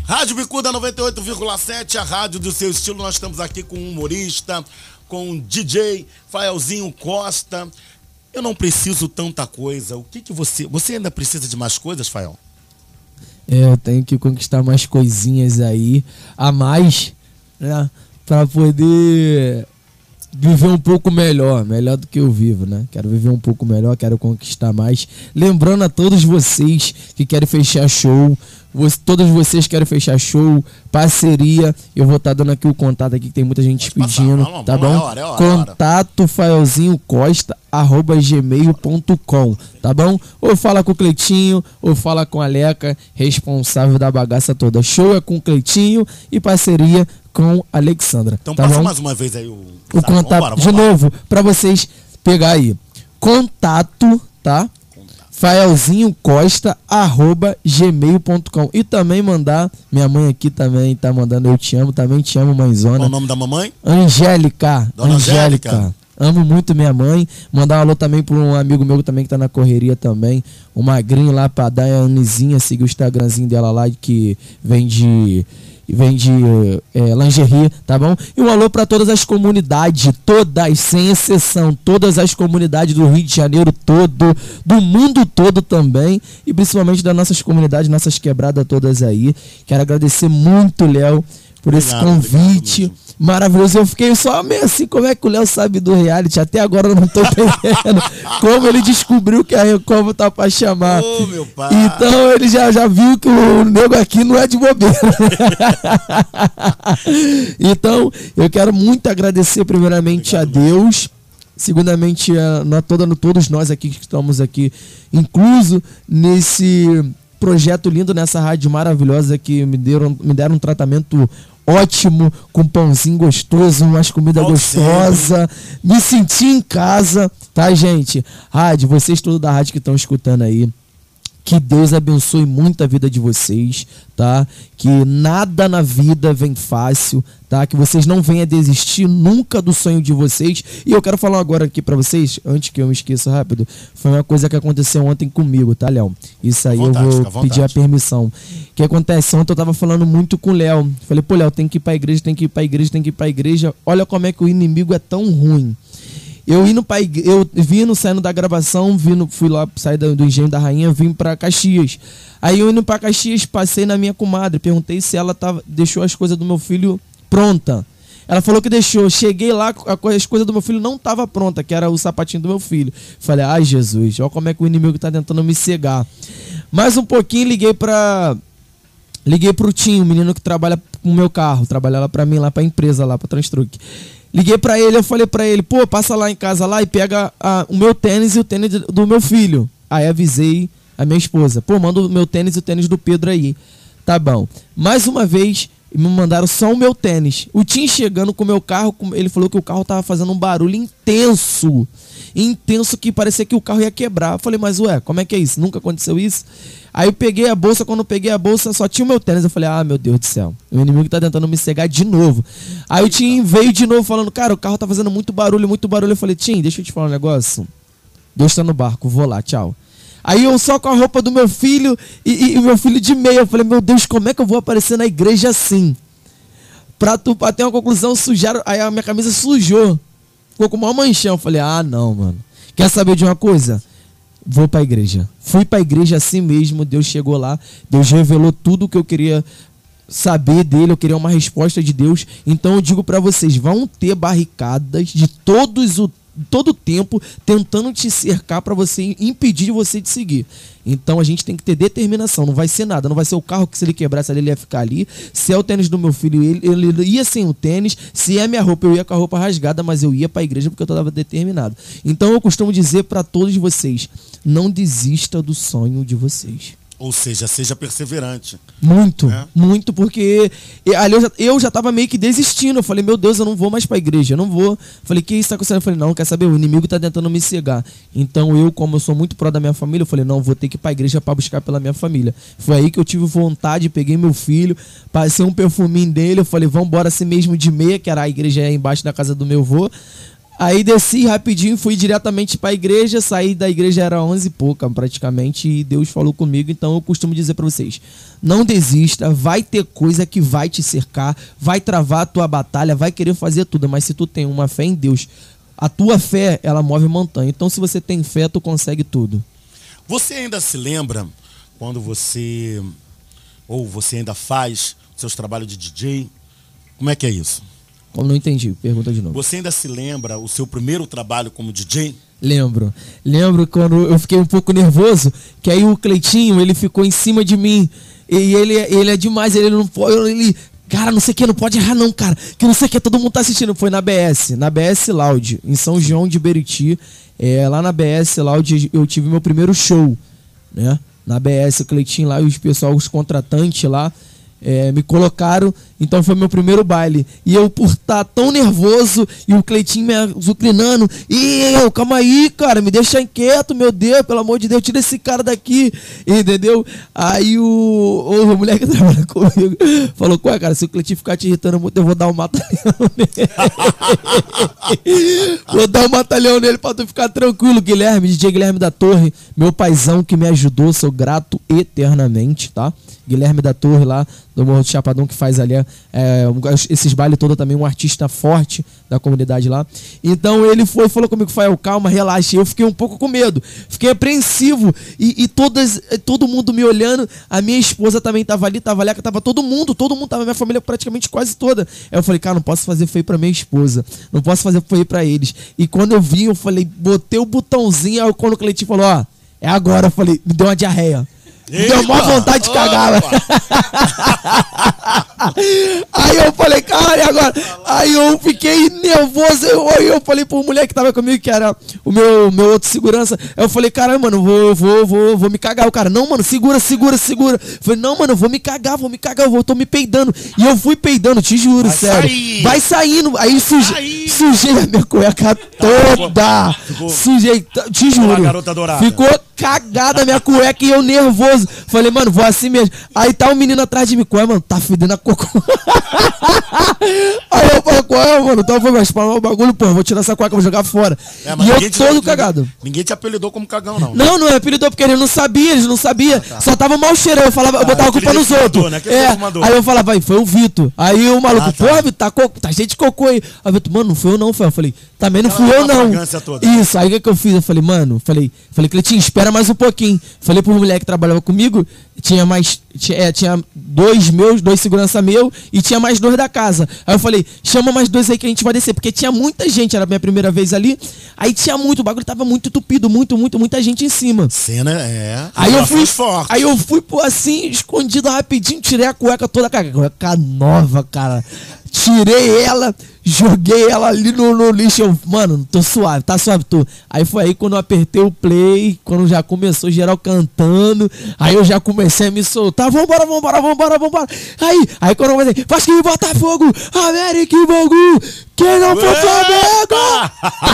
Rádio Bicuda noventa e oito vírgula sete, a rádio do seu estilo. Nós estamos aqui com um humorista, com um D J, Faelzinho Costa. Eu não preciso tanta coisa. O que que você... Você ainda precisa de mais coisas, Fael? É, eu tenho que conquistar mais coisinhas aí, a mais, né? Pra poder viver um pouco melhor, melhor do que eu vivo, né? Quero viver um pouco melhor, quero conquistar mais. Lembrando a todos vocês que querem fechar show, você, todos vocês querem fechar show, parceria, eu vou estar tá dando aqui o contato aqui, que tem muita gente Pode pedindo, passar, vamos, tá vamos, bom? É hora, é hora, Contato Faelzinho Costa, arroba gmail ponto com, tá bom? Ou fala com o Cleitinho, ou fala com a Leca, responsável da bagaça toda. Show é com o Cleitinho e parceria com a Alexandra. Então tá passa bom? mais uma vez aí o... O Sabe, contato, vambora, de vambora. novo, pra vocês pegar aí. Contato, tá? Faelzinho Costa, arroba gmail ponto com. E também mandar, minha mãe aqui também tá mandando eu te amo, também te amo, mãezona. Qual o nome da mamãe? Angélica. Dona Angélica. Angélica. Amo muito minha mãe. Mandar um alô também pra um amigo meu também que tá na correria também. O Magrinho lá pra dar a Anizinha, seguir o Instagramzinho dela lá, que vende... vende é, lingerie, tá bom? E um alô para todas as comunidades, todas, sem exceção, todas as comunidades do Rio de Janeiro todo, do mundo todo também, e principalmente das nossas comunidades, nossas quebradas todas aí. Quero agradecer muito, Léo, por esse obrigado, convite obrigado maravilhoso. Eu fiquei só meio assim, como é que o Léo sabe do reality? Até agora eu não tô entendendo como ele descobriu que a Record tá pra chamar. Ô, meu pai. Então ele já, já viu que o nego aqui não é de bobeira. Então eu quero muito agradecer primeiramente obrigado, a Deus, segundamente a, a toda, todos nós aqui que estamos aqui incluso nesse projeto lindo, nessa rádio maravilhosa que me deram, me deram um tratamento ótimo, com pãozinho gostoso, umas comidas gostosas, me senti em casa, tá, gente? Rádio, vocês todos da rádio que estão escutando aí, que Deus abençoe muito a vida de vocês, tá? Que nada na vida vem fácil, tá? Que vocês não venham a desistir nunca do sonho de vocês. E eu quero falar agora aqui pra vocês, antes que eu me esqueça rápido, foi uma coisa que aconteceu ontem comigo, tá, Léo? Isso aí vontade, eu vou pedir a permissão. O que acontece? Ontem eu tava falando muito com o Léo. Falei, pô, Léo, tem que ir pra igreja, tem que ir pra igreja, tem que ir pra igreja. Olha como é que o inimigo é tão ruim. Eu indo pra igreja, eu vindo, saindo da gravação, vindo, fui lá, saí do Engenho da Rainha, vim pra Caxias. Aí eu indo pra Caxias, passei na minha comadre, perguntei se ela tava, deixou as coisas do meu filho pronta. Ela falou que deixou. Cheguei lá, as coisas do meu filho não estavam prontas, que era o sapatinho do meu filho. Falei, ai Jesus, olha como é que o inimigo tá tentando me cegar. Mais um pouquinho, liguei pra... Liguei pro Tim, o menino que trabalha com o meu carro, trabalha lá pra mim, lá pra empresa, lá pra Transtruc. Liguei pra ele, eu falei pra ele, pô, passa lá em casa lá e pega a, o meu tênis e o tênis do meu filho. Aí avisei a minha esposa, pô, manda o meu tênis e o tênis do Pedro aí. Tá bom. Mais uma vez, me mandaram só o meu tênis. O Tim chegando com o meu carro, ele falou que o carro tava fazendo um barulho intenso. Intenso que parecia que o carro ia quebrar. Eu falei, mas ué, como é que é isso? Nunca aconteceu isso? Aí eu peguei a bolsa, quando eu peguei a bolsa só tinha o meu tênis. Eu falei, ah, meu Deus do céu, o inimigo tá tentando me cegar de novo. Aí o Tim veio de novo falando, cara, o carro tá fazendo muito barulho, muito barulho. Eu falei, Tim, deixa eu te falar um negócio. Deus tá no barco, vou lá, tchau. Aí eu só com a roupa do meu filho e o meu filho de meia. Eu falei, meu Deus, como é que eu vou aparecer na igreja assim? Pra, tu, pra ter uma conclusão, sujaram, aí a minha camisa sujou. Ficou com o maior manchão. Eu falei, ah, não, mano. Quer saber de uma coisa? Vou pra igreja. Fui pra igreja assim mesmo. Deus chegou lá. Deus revelou tudo o que eu queria saber dele. Eu queria uma resposta de Deus. Então eu digo pra vocês, vão ter barricadas de todos o todo tempo tentando te cercar para você impedir você de seguir. Então a gente tem que ter determinação. Não vai ser nada. Não vai ser o carro que se ele quebrasse ali, ele ia ficar ali. Se é o tênis do meu filho, ele, ele ia sem o tênis. Se é a minha roupa, eu ia com a roupa rasgada, mas eu ia para a igreja porque eu estava determinado. Então eu costumo dizer para todos vocês, não desista do sonho de vocês. Ou seja, seja perseverante. Muito, é? muito, porque ali eu já, eu já tava meio que desistindo. Eu falei, meu Deus, eu não vou mais pra igreja, eu não vou. Falei, que isso tá acontecendo? Eu falei, não, quer saber? O inimigo tá tentando me cegar. Então eu, como eu sou muito pró da minha família, eu falei, não, vou ter que ir pra igreja pra buscar pela minha família. Foi aí que eu tive vontade, peguei meu filho, passei um perfuminho dele, eu falei, vamos embora assim mesmo de meia, que era a igreja aí embaixo da casa do meu avô. Aí desci rapidinho, fui diretamente pra igreja, saí da igreja, era onze e pouca praticamente, e Deus falou comigo. Então eu costumo dizer pra vocês, não desista, vai ter coisa que vai te cercar, vai travar a tua batalha, vai querer fazer tudo, mas se tu tem uma fé em Deus, a tua fé, ela move montanha. Então se você tem fé, tu consegue tudo. Você ainda se lembra quando você, ou você ainda faz seus trabalhos de D J? Como é que é isso? Eu não entendi, pergunta de novo. Você ainda se lembra o seu primeiro trabalho como D J? Lembro. Lembro quando eu fiquei um pouco nervoso, que aí o Cleitinho, ele ficou em cima de mim. E ele, ele é demais, ele não pode... Ele, cara, não sei o que, não pode errar não, cara. Que não sei o que, todo mundo tá assistindo. Foi na B S, na B S Loud, em São João de Beriti. É, lá na B S Loud eu tive meu primeiro show, né? Na B S, o Cleitinho lá e os pessoal, os contratantes lá, é, me colocaram, então foi meu primeiro baile. E eu, por estar tão nervoso, e o Cleitinho me azucrinando, e eu, calma aí, cara, me deixa inquieto, meu Deus, pelo amor de Deus, tira esse cara daqui, entendeu? Aí o, o moleque que trabalha comigo falou, ué, cara, se o Cleitinho ficar te irritando muito, eu vou dar um mata-leão nele. Vou dar um mata-leão nele pra tu ficar tranquilo, Guilherme, D J Guilherme da Torre, meu paizão que me ajudou, sou grato eternamente, tá? Guilherme da Torre lá, do Morro do Chapadão, que faz ali é, esses bailes todos também, um artista forte da comunidade lá. Então ele foi, falou comigo, Fael, calma, relaxa. Eu fiquei um pouco com medo, fiquei apreensivo e, e todas, todo mundo me olhando. A minha esposa também tava ali, tava ali, tava todo mundo, todo mundo tava, minha família praticamente quase toda. Aí eu falei, cara, não posso fazer feio pra minha esposa, não posso fazer feio pra eles. E quando eu vi, eu falei, botei o botãozinho, aí quando o Cleitinho falou, ó, é agora, eu falei, me deu uma diarreia. Me deu uma vontade de cagar. Aí eu falei, cara, e agora? Aí eu fiquei nervoso. Eu, eu falei pro mulher que tava comigo, que era o meu, meu outro segurança. Eu falei, cara, mano, vou, vou, vou, vou me cagar. O cara, não, mano, segura, segura, segura. Eu falei, não, mano, vou me cagar, vou me cagar, eu vou, tô me peidando. E eu fui peidando, te juro, vai sério. Sair. Vai saindo. Aí suje, sujei a minha cueca toda. Ficou, sujei, te juro. Garota dourada. Ficou cagada a minha cueca e eu nervoso. Falei, mano, vou assim mesmo. Aí tá um menino atrás de mim, qual é, mano? Tá fedendo a cocô. Aí eu falei, qual é, mano? Então eu vou espalhar o bagulho, pô, vou tirar essa cueca, vou jogar fora. É, e eu todo te, cagado. Ninguém te apelidou como cagão, não. Não, não é apelidou porque ele não sabia, eles não sabiam. Ah, tá. Só tava mal cheirando, eu falava, ah, eu botava a culpa nos outros. Né? É, aí eu falava, vai, foi o Vitor. Aí o maluco, ah, tá. pô, Vitor, tá, tá cheio de cocô aí. Aí o Vitor, mano, não foi eu não, foi. Eu falei, também não fui eu não. Toda. Isso, aí o que, que eu fiz? Eu falei, mano, falei, falei, Cleitinho, espera mais um pouquinho. Falei pro mulher que trabalhava comigo, tinha mais, tinha, é, tinha dois meus, dois segurança meu e tinha mais dois da casa. Aí eu falei, chama mais dois aí que a gente vai descer, porque tinha muita gente, era a minha primeira vez ali, aí tinha muito, o bagulho tava muito entupido, muito, muito, muita gente em cima. Cena, é. Aí eu fui, forte. Aí eu fui, pô, assim, escondido rapidinho, tirei a cueca toda, cara, cueca nova, cara. Tirei ela, joguei ela ali no, no lixo. Eu, mano, tô suave, tá suave, tô. Aí foi aí quando eu apertei o play, quando já começou geral cantando. Aí eu já comecei a me soltar. Vambora, vambora, vambora, vambora. Aí, aí quando eu comecei, faz que Botafogo, América e Bangu. Quem não for Flamengo?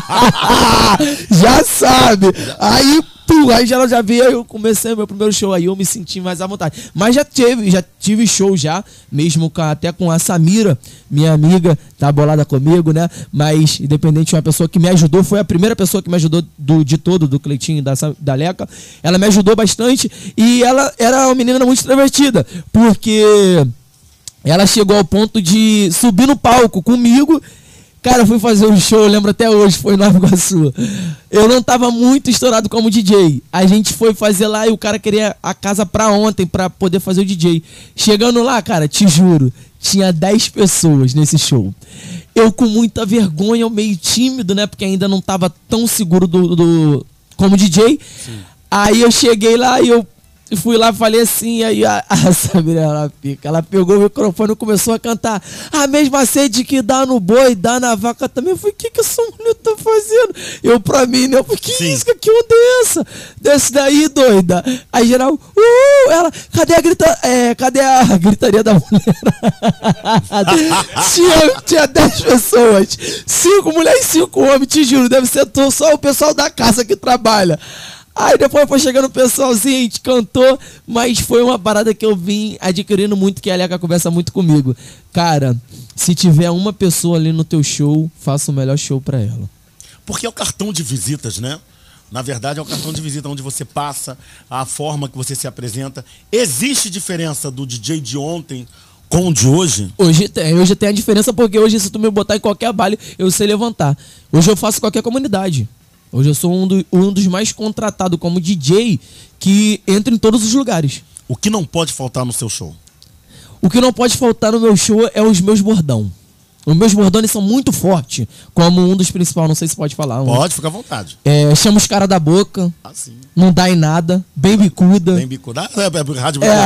Já sabe. Aí, pum, aí já, já vi, eu comecei meu primeiro show aí, eu me senti mais à vontade. Mas já tive, já tive show já, mesmo com, até com a Samira, minha amiga, tá bolada comigo, né? Mas, independente de uma pessoa que me ajudou, foi a primeira pessoa que me ajudou do, de todo, do Cleitinho e da, da Leca. Ela me ajudou bastante e ela era uma menina muito extrovertida, porque ela chegou ao ponto de subir no palco comigo. Cara, eu fui fazer um show, eu lembro até hoje, foi em Nova Iguaçu. Eu não tava muito estourado como D J. A gente foi fazer lá e o cara queria a casa pra ontem, pra poder fazer o D J. Chegando lá, cara, te juro, tinha dez pessoas nesse show. Eu com muita vergonha, meio tímido, né? Porque ainda não tava tão seguro do, do como D J. Sim. Aí eu cheguei lá e eu fui lá, falei assim, aí a, a Samira, ela, ela pegou o microfone e começou a cantar a mesma sede que dá no boi, dá na vaca também. Eu falei, o que que essa mulher tá fazendo? Eu pra mim, né? Eu falei, que Sim. isso? Que onda é essa? Desse daí, doida. Aí geral, uh, ela, cadê a grita, é, cadê a gritaria da mulher? tinha, tinha dez pessoas, cinco mulheres e cinco homens, te juro, deve ser só o pessoal da casa que trabalha. Aí depois foi chegando o pessoalzinho, a gente cantou, mas foi uma parada que eu vim adquirindo muito, que a Leca conversa muito comigo. Cara, se tiver uma pessoa ali no teu show, faça o melhor show pra ela. Porque é o cartão de visitas, né? Na verdade, é o cartão de visita onde você passa, a forma que você se apresenta. Existe diferença do D J de ontem com o de hoje? Hoje tem, hoje tem a diferença porque hoje se tu me botar em qualquer baile, eu sei levantar. Hoje eu faço qualquer comunidade. Hoje eu sou um, do, um dos mais contratados como D J que entra em todos os lugares. O que não pode faltar no seu show? O que não pode faltar no meu show é os meus bordão. Os meus bordões são muito fortes, como um dos principais, não sei se pode falar. Um. Pode, fica à vontade. É, chama os caras da boca, ah, sim. Não dá em nada, bem bicuda. Bem bicuda, ah, é, é, rádio é.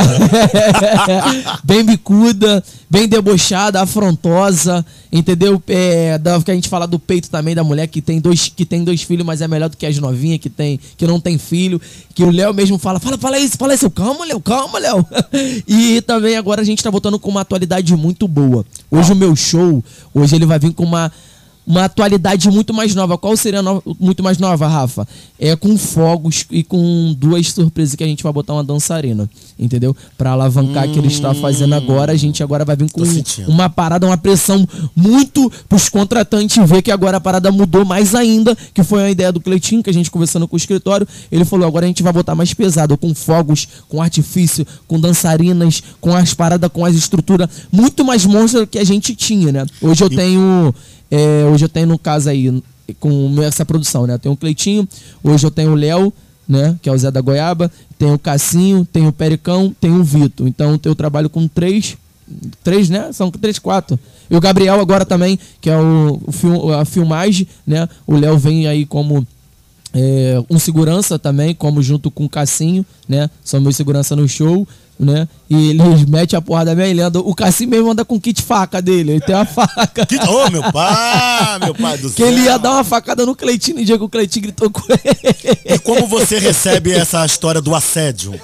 Bem bicuda, bem debochada, afrontosa, entendeu? É, da, que a gente fala do peito também da mulher que tem dois, que tem dois filhos, mas é melhor do que as novinhas que, tem, que não tem filho. Que o Léo mesmo fala, fala, fala isso, fala isso, calma, Léo, calma, Léo. E também agora a gente tá voltando com uma atualidade muito boa. Hoje o meu show, hoje ele vai vir com uma, uma atualidade muito mais nova. Qual seria no, muito mais nova, Rafa? É com fogos e com duas surpresas que a gente vai botar uma dançarina, entendeu? Pra alavancar o hum, que ele está fazendo agora, a gente agora vai vir com uma parada, uma pressão muito pros contratantes ver que agora a parada mudou mais ainda, que foi a ideia do Cleitinho, que a gente conversando com o escritório, ele falou, agora a gente vai botar mais pesado, com fogos, com artifício, com dançarinas, com as paradas, com as estruturas, muito mais monstro que a gente tinha, né? Hoje eu tenho, é, hoje eu tenho no caso aí, com essa produção, né? Eu tenho o Cleitinho, hoje eu tenho o Léo, né? Que é o Zé da Goiaba, tenho o Cassinho, tenho o Pericão, tenho o Vitor. Então eu trabalho com três, três, né? São três, quatro. E o Gabriel agora também, que é o, o film, a filmagem, né? O Léo vem aí como é, um segurança também, como junto com o Cassinho, né? São meus segurança no show, né? E eles metem a porrada bem, ele anda, o Cassim mesmo anda com kit faca dele, ele tem uma faca. Que, ô, meu pai, meu pai do que céu. Que ele ia dar uma facada no Cleitinho no dia que o Cleitinho gritou com ele. E como você recebe essa história do assédio?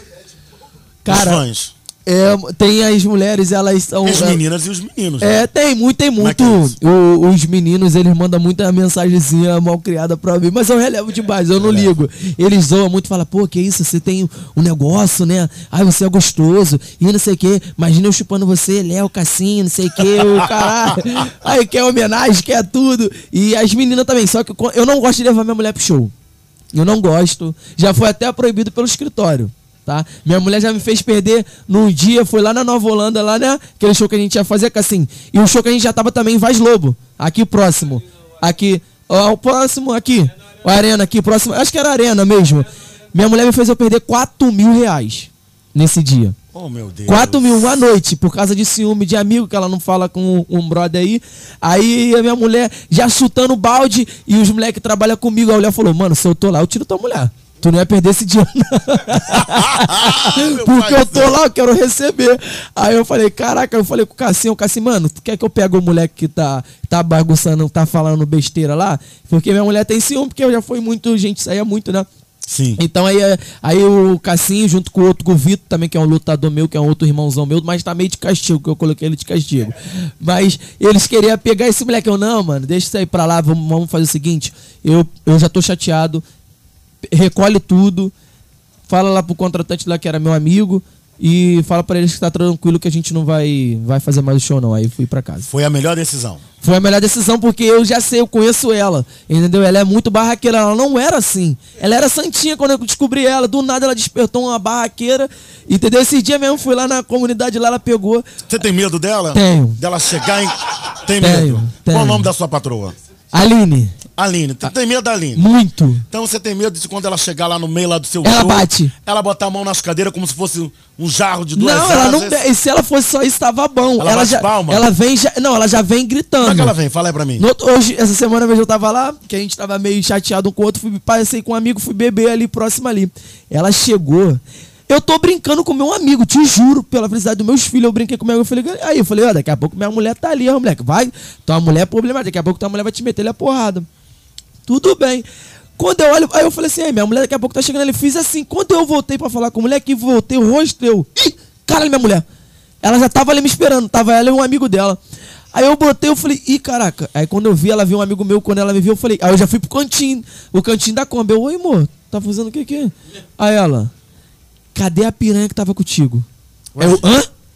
Cara, fãs? É, tem as mulheres, elas são... As meninas e os meninos. É, né? tem muito, tem muito. É é o, os meninos, eles mandam muita mensagenzinha mal criada pra mim, mas eu relevo demais, eu não é. ligo. Eles zoam muito, falam, pô, que isso, você tem um negócio, né? Ai, você é gostoso, e não sei o que. Imagina eu chupando você, Léo, Cassinho, não sei o que, o caralho. Aí quer homenagem, quer tudo. E as meninas também, só que eu não gosto de levar minha mulher pro show. Eu não gosto. Já foi até proibido pelo escritório. Tá? Minha mulher já me fez perder num dia, foi lá na Nova Holanda, lá, né? Aquele show que a gente ia fazer, assim. E o show que a gente já tava também em Vaz Lobo, aqui próximo. Aqui, ó, o próximo aqui. O Arena aqui, próximo. Acho que era Arena mesmo. Minha mulher me fez eu perder quatro mil reais nesse dia. Oh, meu Deus. quatro mil uma noite, por causa de ciúme de amigo, que ela não fala com um brother aí. Aí a minha mulher já chutando o balde e os moleques que trabalham comigo. A mulher falou, mano, se eu tô lá, eu tiro tua mulher. Tu não ia perder esse dia, não. Porque eu tô lá, eu quero receber. Aí eu falei, caraca, eu falei com o Cassinho, o Cassinho, mano, tu quer que eu pegue o moleque que tá, tá bagunçando, tá falando besteira lá? Porque minha mulher tem ciúme, porque eu já fui muito, gente, saía muito, né? Sim. Então aí, aí o Cassinho, junto com o outro, com o Vitor também, que é um lutador meu, que é um outro irmãozão meu, mas tá meio de castigo, que eu coloquei ele de castigo. Mas eles queriam pegar esse moleque. Eu, não, mano, deixa isso aí pra lá, vamos, vamos fazer o seguinte, eu, eu já tô chateado, recolhe tudo, fala lá pro contratante lá que era meu amigo e fala pra eles que tá tranquilo que a gente não vai, vai fazer mais o show não. Aí fui pra casa. Foi a melhor decisão? Foi a melhor decisão porque eu já sei, eu conheço ela, entendeu? Ela é muito barraqueira, ela não era assim. Ela era santinha quando eu descobri ela, do nada ela despertou uma barraqueira, entendeu? Esse dia mesmo fui lá na comunidade lá, ela pegou. Você tem medo dela? Tenho. Dela chegar em... Tem tenho, medo? Tenho. Qual o nome da sua patroa? Aline. Aline, tem, tem medo da Aline? Muito. Então você tem medo de quando ela chegar lá no meio lá do seu ela show, bate. Ela botar a mão nas cadeiras como se fosse um jarro de duas Não, asas. ela não. E se ela fosse só isso, tava bom. Ela, ela já, palma? ela vem já. Não, ela já vem gritando. Como é que ela vem? Fala aí pra mim. No outro, hoje, essa semana mesmo eu tava lá, que a gente tava meio chateado um com o outro, fui, passei com um amigo, fui beber ali próximo ali. Ela chegou. Eu tô brincando com meu amigo, te juro, pela felicidade dos meus filhos, eu brinquei com meu amigo, eu falei, aí eu falei, ó, daqui a pouco minha mulher tá ali, ó, moleque, vai, tua mulher é problemática, daqui a pouco tua mulher vai te meter ele a porrada. Tudo bem. Quando eu olho, aí eu falei assim, aí minha mulher daqui a pouco tá chegando, ele fiz assim, quando eu voltei pra falar com a mulher, que voltei, o rosto eu, ih, caralho, minha mulher, ela já tava ali me esperando, tava ela e um amigo dela. Aí eu botei, eu falei, ih, caraca, aí quando eu vi, ela viu um amigo meu, quando ela me viu, eu falei, aí eu já fui pro cantinho, o cantinho da Kombi, eu, oi, amor, tá fazendo o que aqui? Aí ela... Cadê a piranha que tava contigo? Ué? Eu, hã? Hã?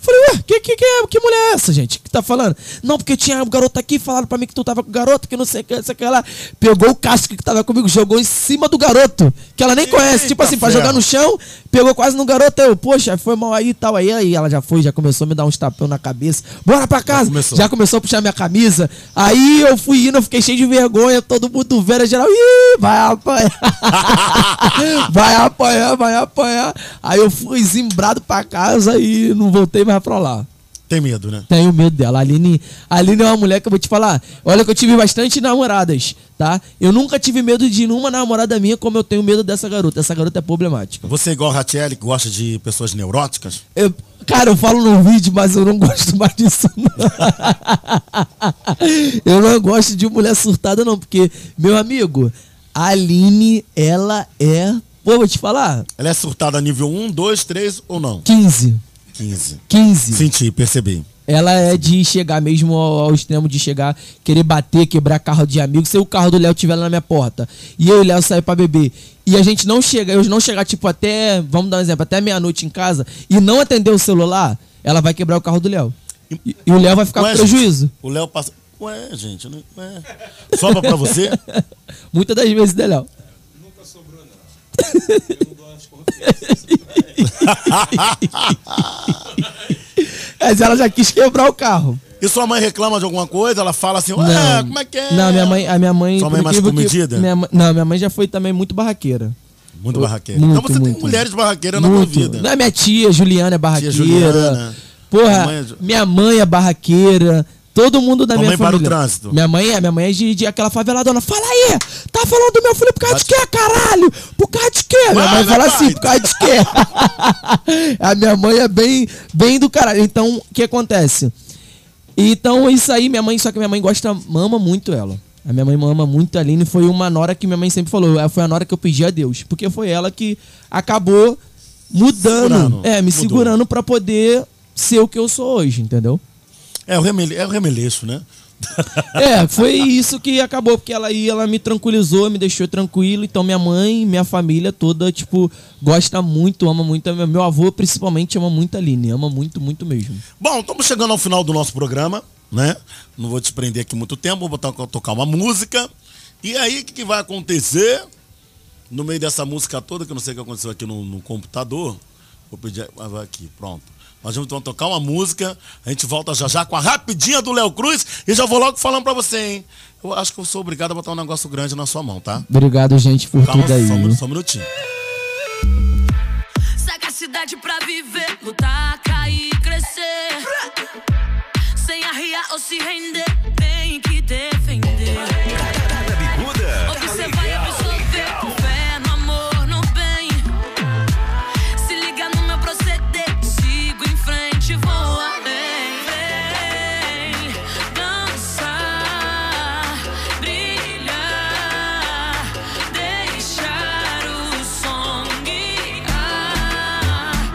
Falei, ué, que, que, que, que mulher é essa, gente? Que tá falando? Não, porque tinha um garoto aqui, falaram pra mim que tu tava com o garoto, que não sei o que, sei que lá. Pegou o casco que tava comigo, jogou em cima do garoto, que ela nem conhece. Tipo assim, pra jogar no chão, pegou quase no garoto. Eu, poxa, foi mal aí e tal. Aí, aí ela já foi, já começou a me dar uns tapão na cabeça. Bora pra casa. Já começou. já começou a puxar minha camisa. Aí eu fui indo, eu fiquei cheio de vergonha, todo mundo vendo, geral, ih, vai apanhar. vai apanhar, vai apanhar. Aí eu fui zimbrado pra casa e não voltei mais pra lá. Tem medo, né? Tenho medo dela. A Aline, a Aline é uma mulher que eu vou te falar. Olha que eu tive bastante namoradas, tá? Eu nunca tive medo de nenhuma namorada minha como eu tenho medo dessa garota. Essa garota é problemática. Você é igual a Ratiele, que gosta de pessoas neuróticas? Eu, cara, eu falo no vídeo, mas eu não gosto mais disso, não. Eu não gosto de mulher surtada, não. Porque, meu amigo, a Aline, ela é... Pô, vou te falar. Ela é surtada nível um, dois, três ou não? quinze. quinze. quinze. Senti, percebi. Ela é de chegar mesmo ao, ao extremo de chegar, querer bater, quebrar carro de amigo. Se o carro do Léo estiver lá na minha porta e eu e o Léo sair pra beber e a gente não chega, eu não chegar tipo até, vamos dar um exemplo, até meia-noite em casa e não atender o celular, ela vai quebrar o carro do Léo. E, e o Léo vai ficar Ué, com prejuízo. Gente, o Léo passa... Ué, gente, não... Ué. Sobra pra você? Muitas das vezes, né, Léo? Nunca sobrou, não. Eu não dou as confianças. Mas ela já quis quebrar o carro. E sua mãe reclama de alguma coisa? Ela fala assim, ué, como é que é? Não, minha mãe, a minha mãe... Sua mãe é mais comedida? Minha, não, minha mãe já foi também muito barraqueira. Muito barraqueira. Muito, então você muito, tem mulheres barraqueiras muito. na tua vida. Não, minha tia Juliana é barraqueira. Tia Juliana. Porra, Mãe é... minha mãe é barraqueira. Todo mundo da Tua minha mãe família. para o trânsito. Minha mãe é, minha mãe é de, de aquela faveladona. Fala aí, tá falando do meu filho por causa de quê, caralho? Por causa de quê? Minha mãe fala assim, por causa de quê? A minha mãe é bem, bem do caralho. Então, o que acontece? Então, isso aí, minha mãe, só que minha mãe gosta, ama muito ela. A minha mãe ama muito a Aline. Foi uma nora que minha mãe sempre falou. Foi a nora que eu pedi a Deus. Porque foi ela que acabou mudando. Segurando. É, me Mudou. segurando pra poder ser o que eu sou hoje, entendeu? É o, remele... é o remeleixo, né? É, foi isso que acabou, porque ela aí, ela me tranquilizou, me deixou tranquilo. Então minha mãe, minha família toda, tipo, gosta muito, ama muito. Meu avô, principalmente, ama muito a Aline, ama muito, muito mesmo. Bom, estamos chegando ao final do nosso programa, né? Não vou te prender aqui muito tempo, vou botar, tocar uma música. E aí, o que, que vai acontecer? No meio dessa música toda, que eu não sei o que aconteceu aqui no, no computador. Vou pedir, vai aqui, pronto. Nós vamos tocar uma música, a gente volta já já com a rapidinha do Léo Cruz e já vou logo falando pra você, hein? Eu acho que eu sou obrigado a botar um negócio grande na sua mão, tá? Obrigado, gente, por Calma, tudo aí. Só um, só um minutinho. Sagacidade pra viver, lutar, cair, crescer. Sem arriar ou se render, tem que defender. Cada bicuda. Observar e absorver, com fé no amor, no bem. Se liga no meu proceder, sigo em frente, vou além. Vem dançar, brilhar, deixar o som guiar,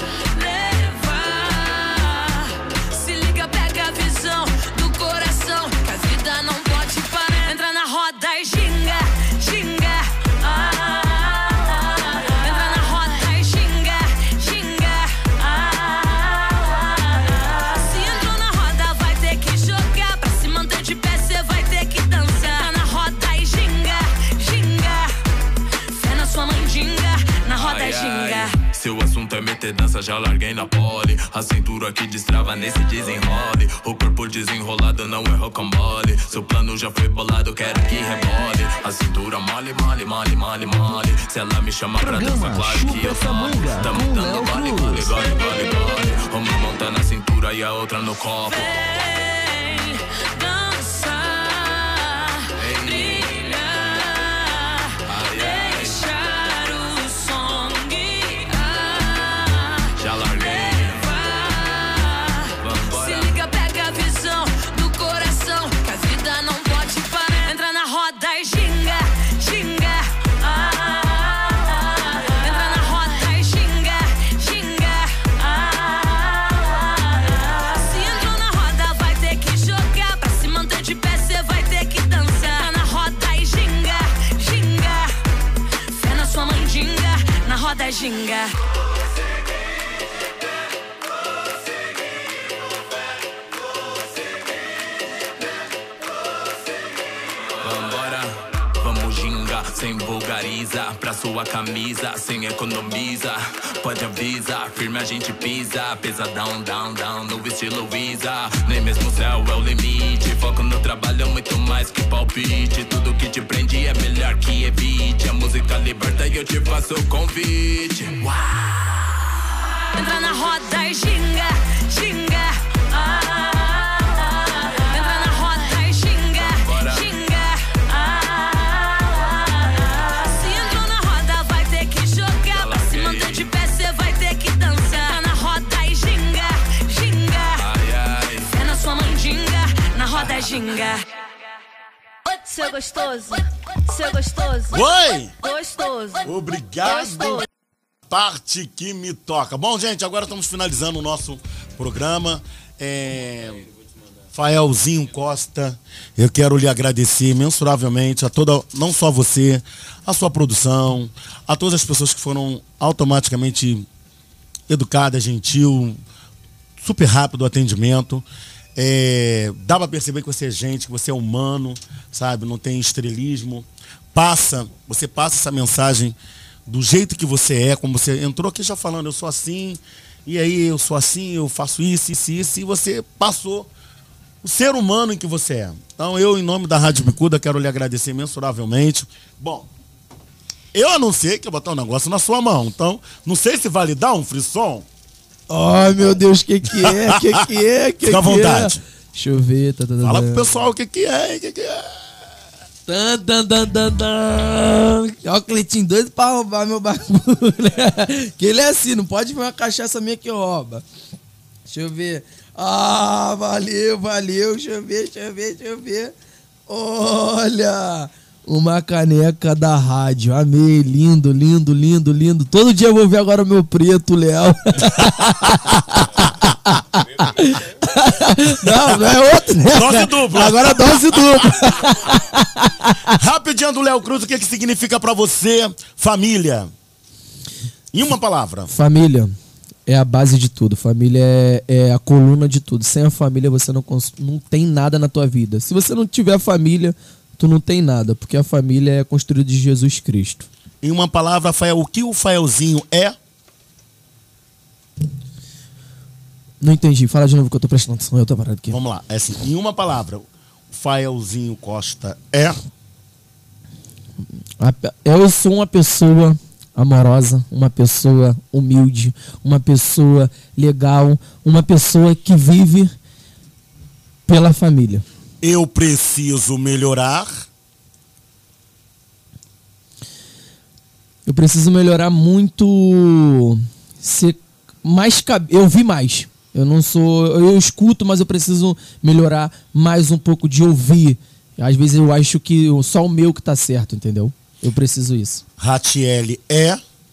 levar. Se liga, pega a visão do coração, que a vida não pode parar. Entra na roda e ginga, ginga. Ah, entra na roda e ginga, ginga. Ah, se entrou na roda, vai ter que jogar. Pra se manter de pé, cê vai ter que dançar. Entra na roda e ginga, ginga. Fé na sua mandinga, na roda e ginga. Se o assunto é meter dança, já larguei na pole. A cintura que destrava nesse desenrole. O corpo desenrolado não é rocambole. Seu plano já foi bolado, quero que rebole. A cintura mole, mole, mole, mole, mole. Se ela me chama pra dança, claro que eu tomo. Tamo dando gole, gole, gole, gole, gole. Uma monta na cintura e a outra no copo. Vem dançar, brilhar, deixar o som guiar, Já larguei. levar. Se liga, pega a visão do coração, que a vida não pode parar. Entra na roda e ginga, ginga. Ah, entra na roda e ginga, ginga. Ah, se entrou na roda, vai ter que jogar. Pra se manter de pé, cê vai ter que dançar. Entra na roda e ginga, ginga. Fé na sua mandinga, na roda e ginga. Vambora. Vamos gingar, sem vulgariza. Pra sua camisa, sem economiza. Pode avisar, firme a gente pisa. Pesadão, down, down, no estilo Visa. Nem mesmo o céu é o limite. Foco no trabalho, muito mais que palpite. Tudo que te prende é melhor que evite. A música liberta e eu te faço o convite. Uau! Entra na roda e ginga, ginga. Ah, ah, ah. Entra na roda e ginga, Bora. ginga. Ah, ah, ah. Se entrou na roda, vai ter que jogar. Pra se manter de pé, cê vai ter que dançar. Entra na roda e ginga, ginga. Ai, ai. Fé na sua mandinga, na roda é ginga. Seu gostoso, seu gostoso. Oi! Gostoso. Obrigado. Gostoso. Parte que me toca. Bom, gente, agora estamos finalizando o nosso programa. É... Faelzinho Costa, eu quero lhe agradecer mensuravelmente a toda, não só você, a sua produção, a todas as pessoas que foram automaticamente educadas, gentil, super rápido o atendimento. É, dá pra perceber que você é gente, que você é humano, sabe? Não tem estrelismo. Passa, você passa essa mensagem do jeito que você é, como você entrou aqui já falando, eu sou assim, e aí eu sou assim, eu faço isso, isso, isso, e você passou o ser humano em que você é. Então eu, em nome da Rádio Bicuda, quero lhe agradecer mensuravelmente. Bom, eu anunciei que eu botar um negócio na sua mão, então não sei se vai lhe dar um frisson. Ai, meu Deus, o que que é? Que que é? Que Fica à que vontade. É? Deixa eu ver. Tá, tá, tá, Fala tá. pro pessoal o que que é, o que que é. Dan, dan, dan, dan, dan. Ó, o Cleitinho doido pra roubar meu bagulho. Que ele é assim, não pode ver uma cachaça minha que rouba. Deixa eu ver. Ah, valeu, valeu. Deixa eu ver, deixa eu ver, deixa eu ver. Olha, uma caneca da rádio. Amei, lindo, lindo, lindo, lindo. Todo dia eu vou ver agora o meu preto, Léo. Não, não é outro, né? Dose dupla. Agora dose dupla. Rapidinho do Léo Cruz, o que que significa pra você família? Em uma palavra. Família é a base de tudo. Família é, é a coluna de tudo. Sem a família você não, cons- não tem nada na tua vida. Se você não tiver família, tu não tem nada. Porque a família é construída de Jesus Cristo. Em uma palavra, Fael, o que o Faelzinho é? Não entendi. Fala de novo que eu tô prestando atenção. Eu tô parado aqui. Vamos lá. É assim, em uma palavra, o Faelzinho Costa é? A pe- Eu sou uma pessoa amorosa, uma pessoa humilde, uma pessoa legal, uma pessoa que vive pela família. Eu preciso melhorar. Eu preciso melhorar muito, ser mais cab- eu vi mais. Eu não sou, eu escuto, mas eu preciso melhorar mais um pouco de ouvir. Às vezes eu acho que só o meu que tá certo, entendeu? Eu preciso isso. Ratiele é?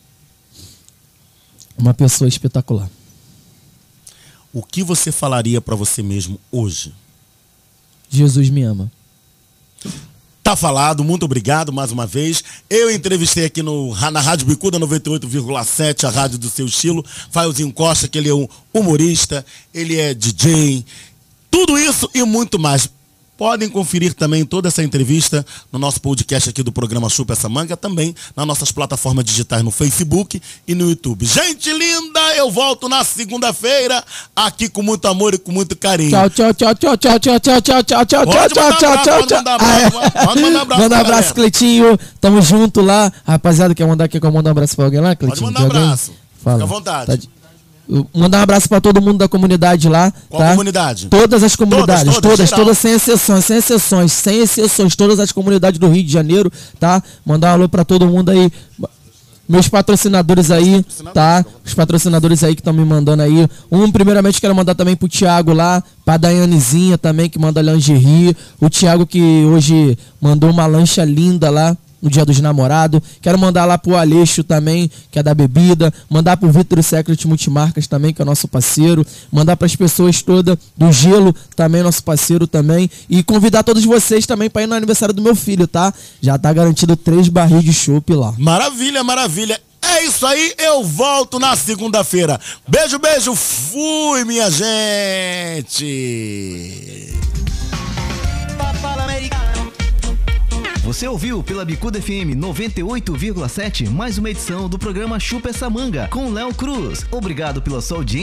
Uma pessoa espetacular. O que você falaria pra você mesmo hoje? Jesus me ama. Tá falado, muito obrigado mais uma vez. Eu entrevistei aqui no, na Rádio Bicuda noventa e oito vírgula sete, a rádio do seu estilo, Faelzinho Costa, que ele é um humorista, ele é D J, tudo isso e muito mais. Podem conferir também toda essa entrevista no nosso podcast aqui do programa Chupa Essa Manga, também nas nossas plataformas digitais no Facebook e no YouTube. Gente linda, eu volto na segunda-feira aqui com muito amor e com muito carinho. Tchau, tchau, tchau, tchau, tchau, tchau, tchau, tchau, tchau, tchau, Pode tchau, mandar tchau, abraço, tchau, pode tchau. mandar abraço, pode mandar abraço Manda um pra abraço, galera. Cleitinho. Tamo junto lá. Rapaziada, quer mandar aqui que eu mando um abraço pra alguém lá, Pode Cleitinho? mandar De alguém? abraço. Fala. Fica à vontade. Tá de- Eu- Mandar um abraço pra todo mundo da comunidade lá. Qual tá? comunidade? Todas as comunidades, Todas, todas, todas, todas, geral. sem exceções, sem exceções, sem exceções, todas as comunidades do Rio de Janeiro, tá? Mandar um alô pra todo mundo aí. Meus patrocinadores aí, tá? Os patrocinadores aí que estão me mandando aí. Um, primeiramente, quero mandar também pro Thiago lá, pra Daianezinha também, que manda lingerie. O Thiago que hoje mandou uma lancha linda lá no Dia dos Namorados. Quero mandar lá pro Aleixo também, que é da bebida. Mandar pro Vitor Secret Multimarcas também, que é nosso parceiro. Mandar pras pessoas todas do Gelo também, nosso parceiro também. E convidar todos vocês também pra ir no aniversário do meu filho, tá? Já tá garantido três barris de chopp lá. Maravilha, maravilha. É isso aí, eu volto na segunda-feira. Beijo, beijo, fui, minha gente. Você ouviu pela Bicuda F M noventa e oito vírgula sete mais uma edição do programa Chupa Essa Manga com Léo Cruz. Obrigado pela sua audiência.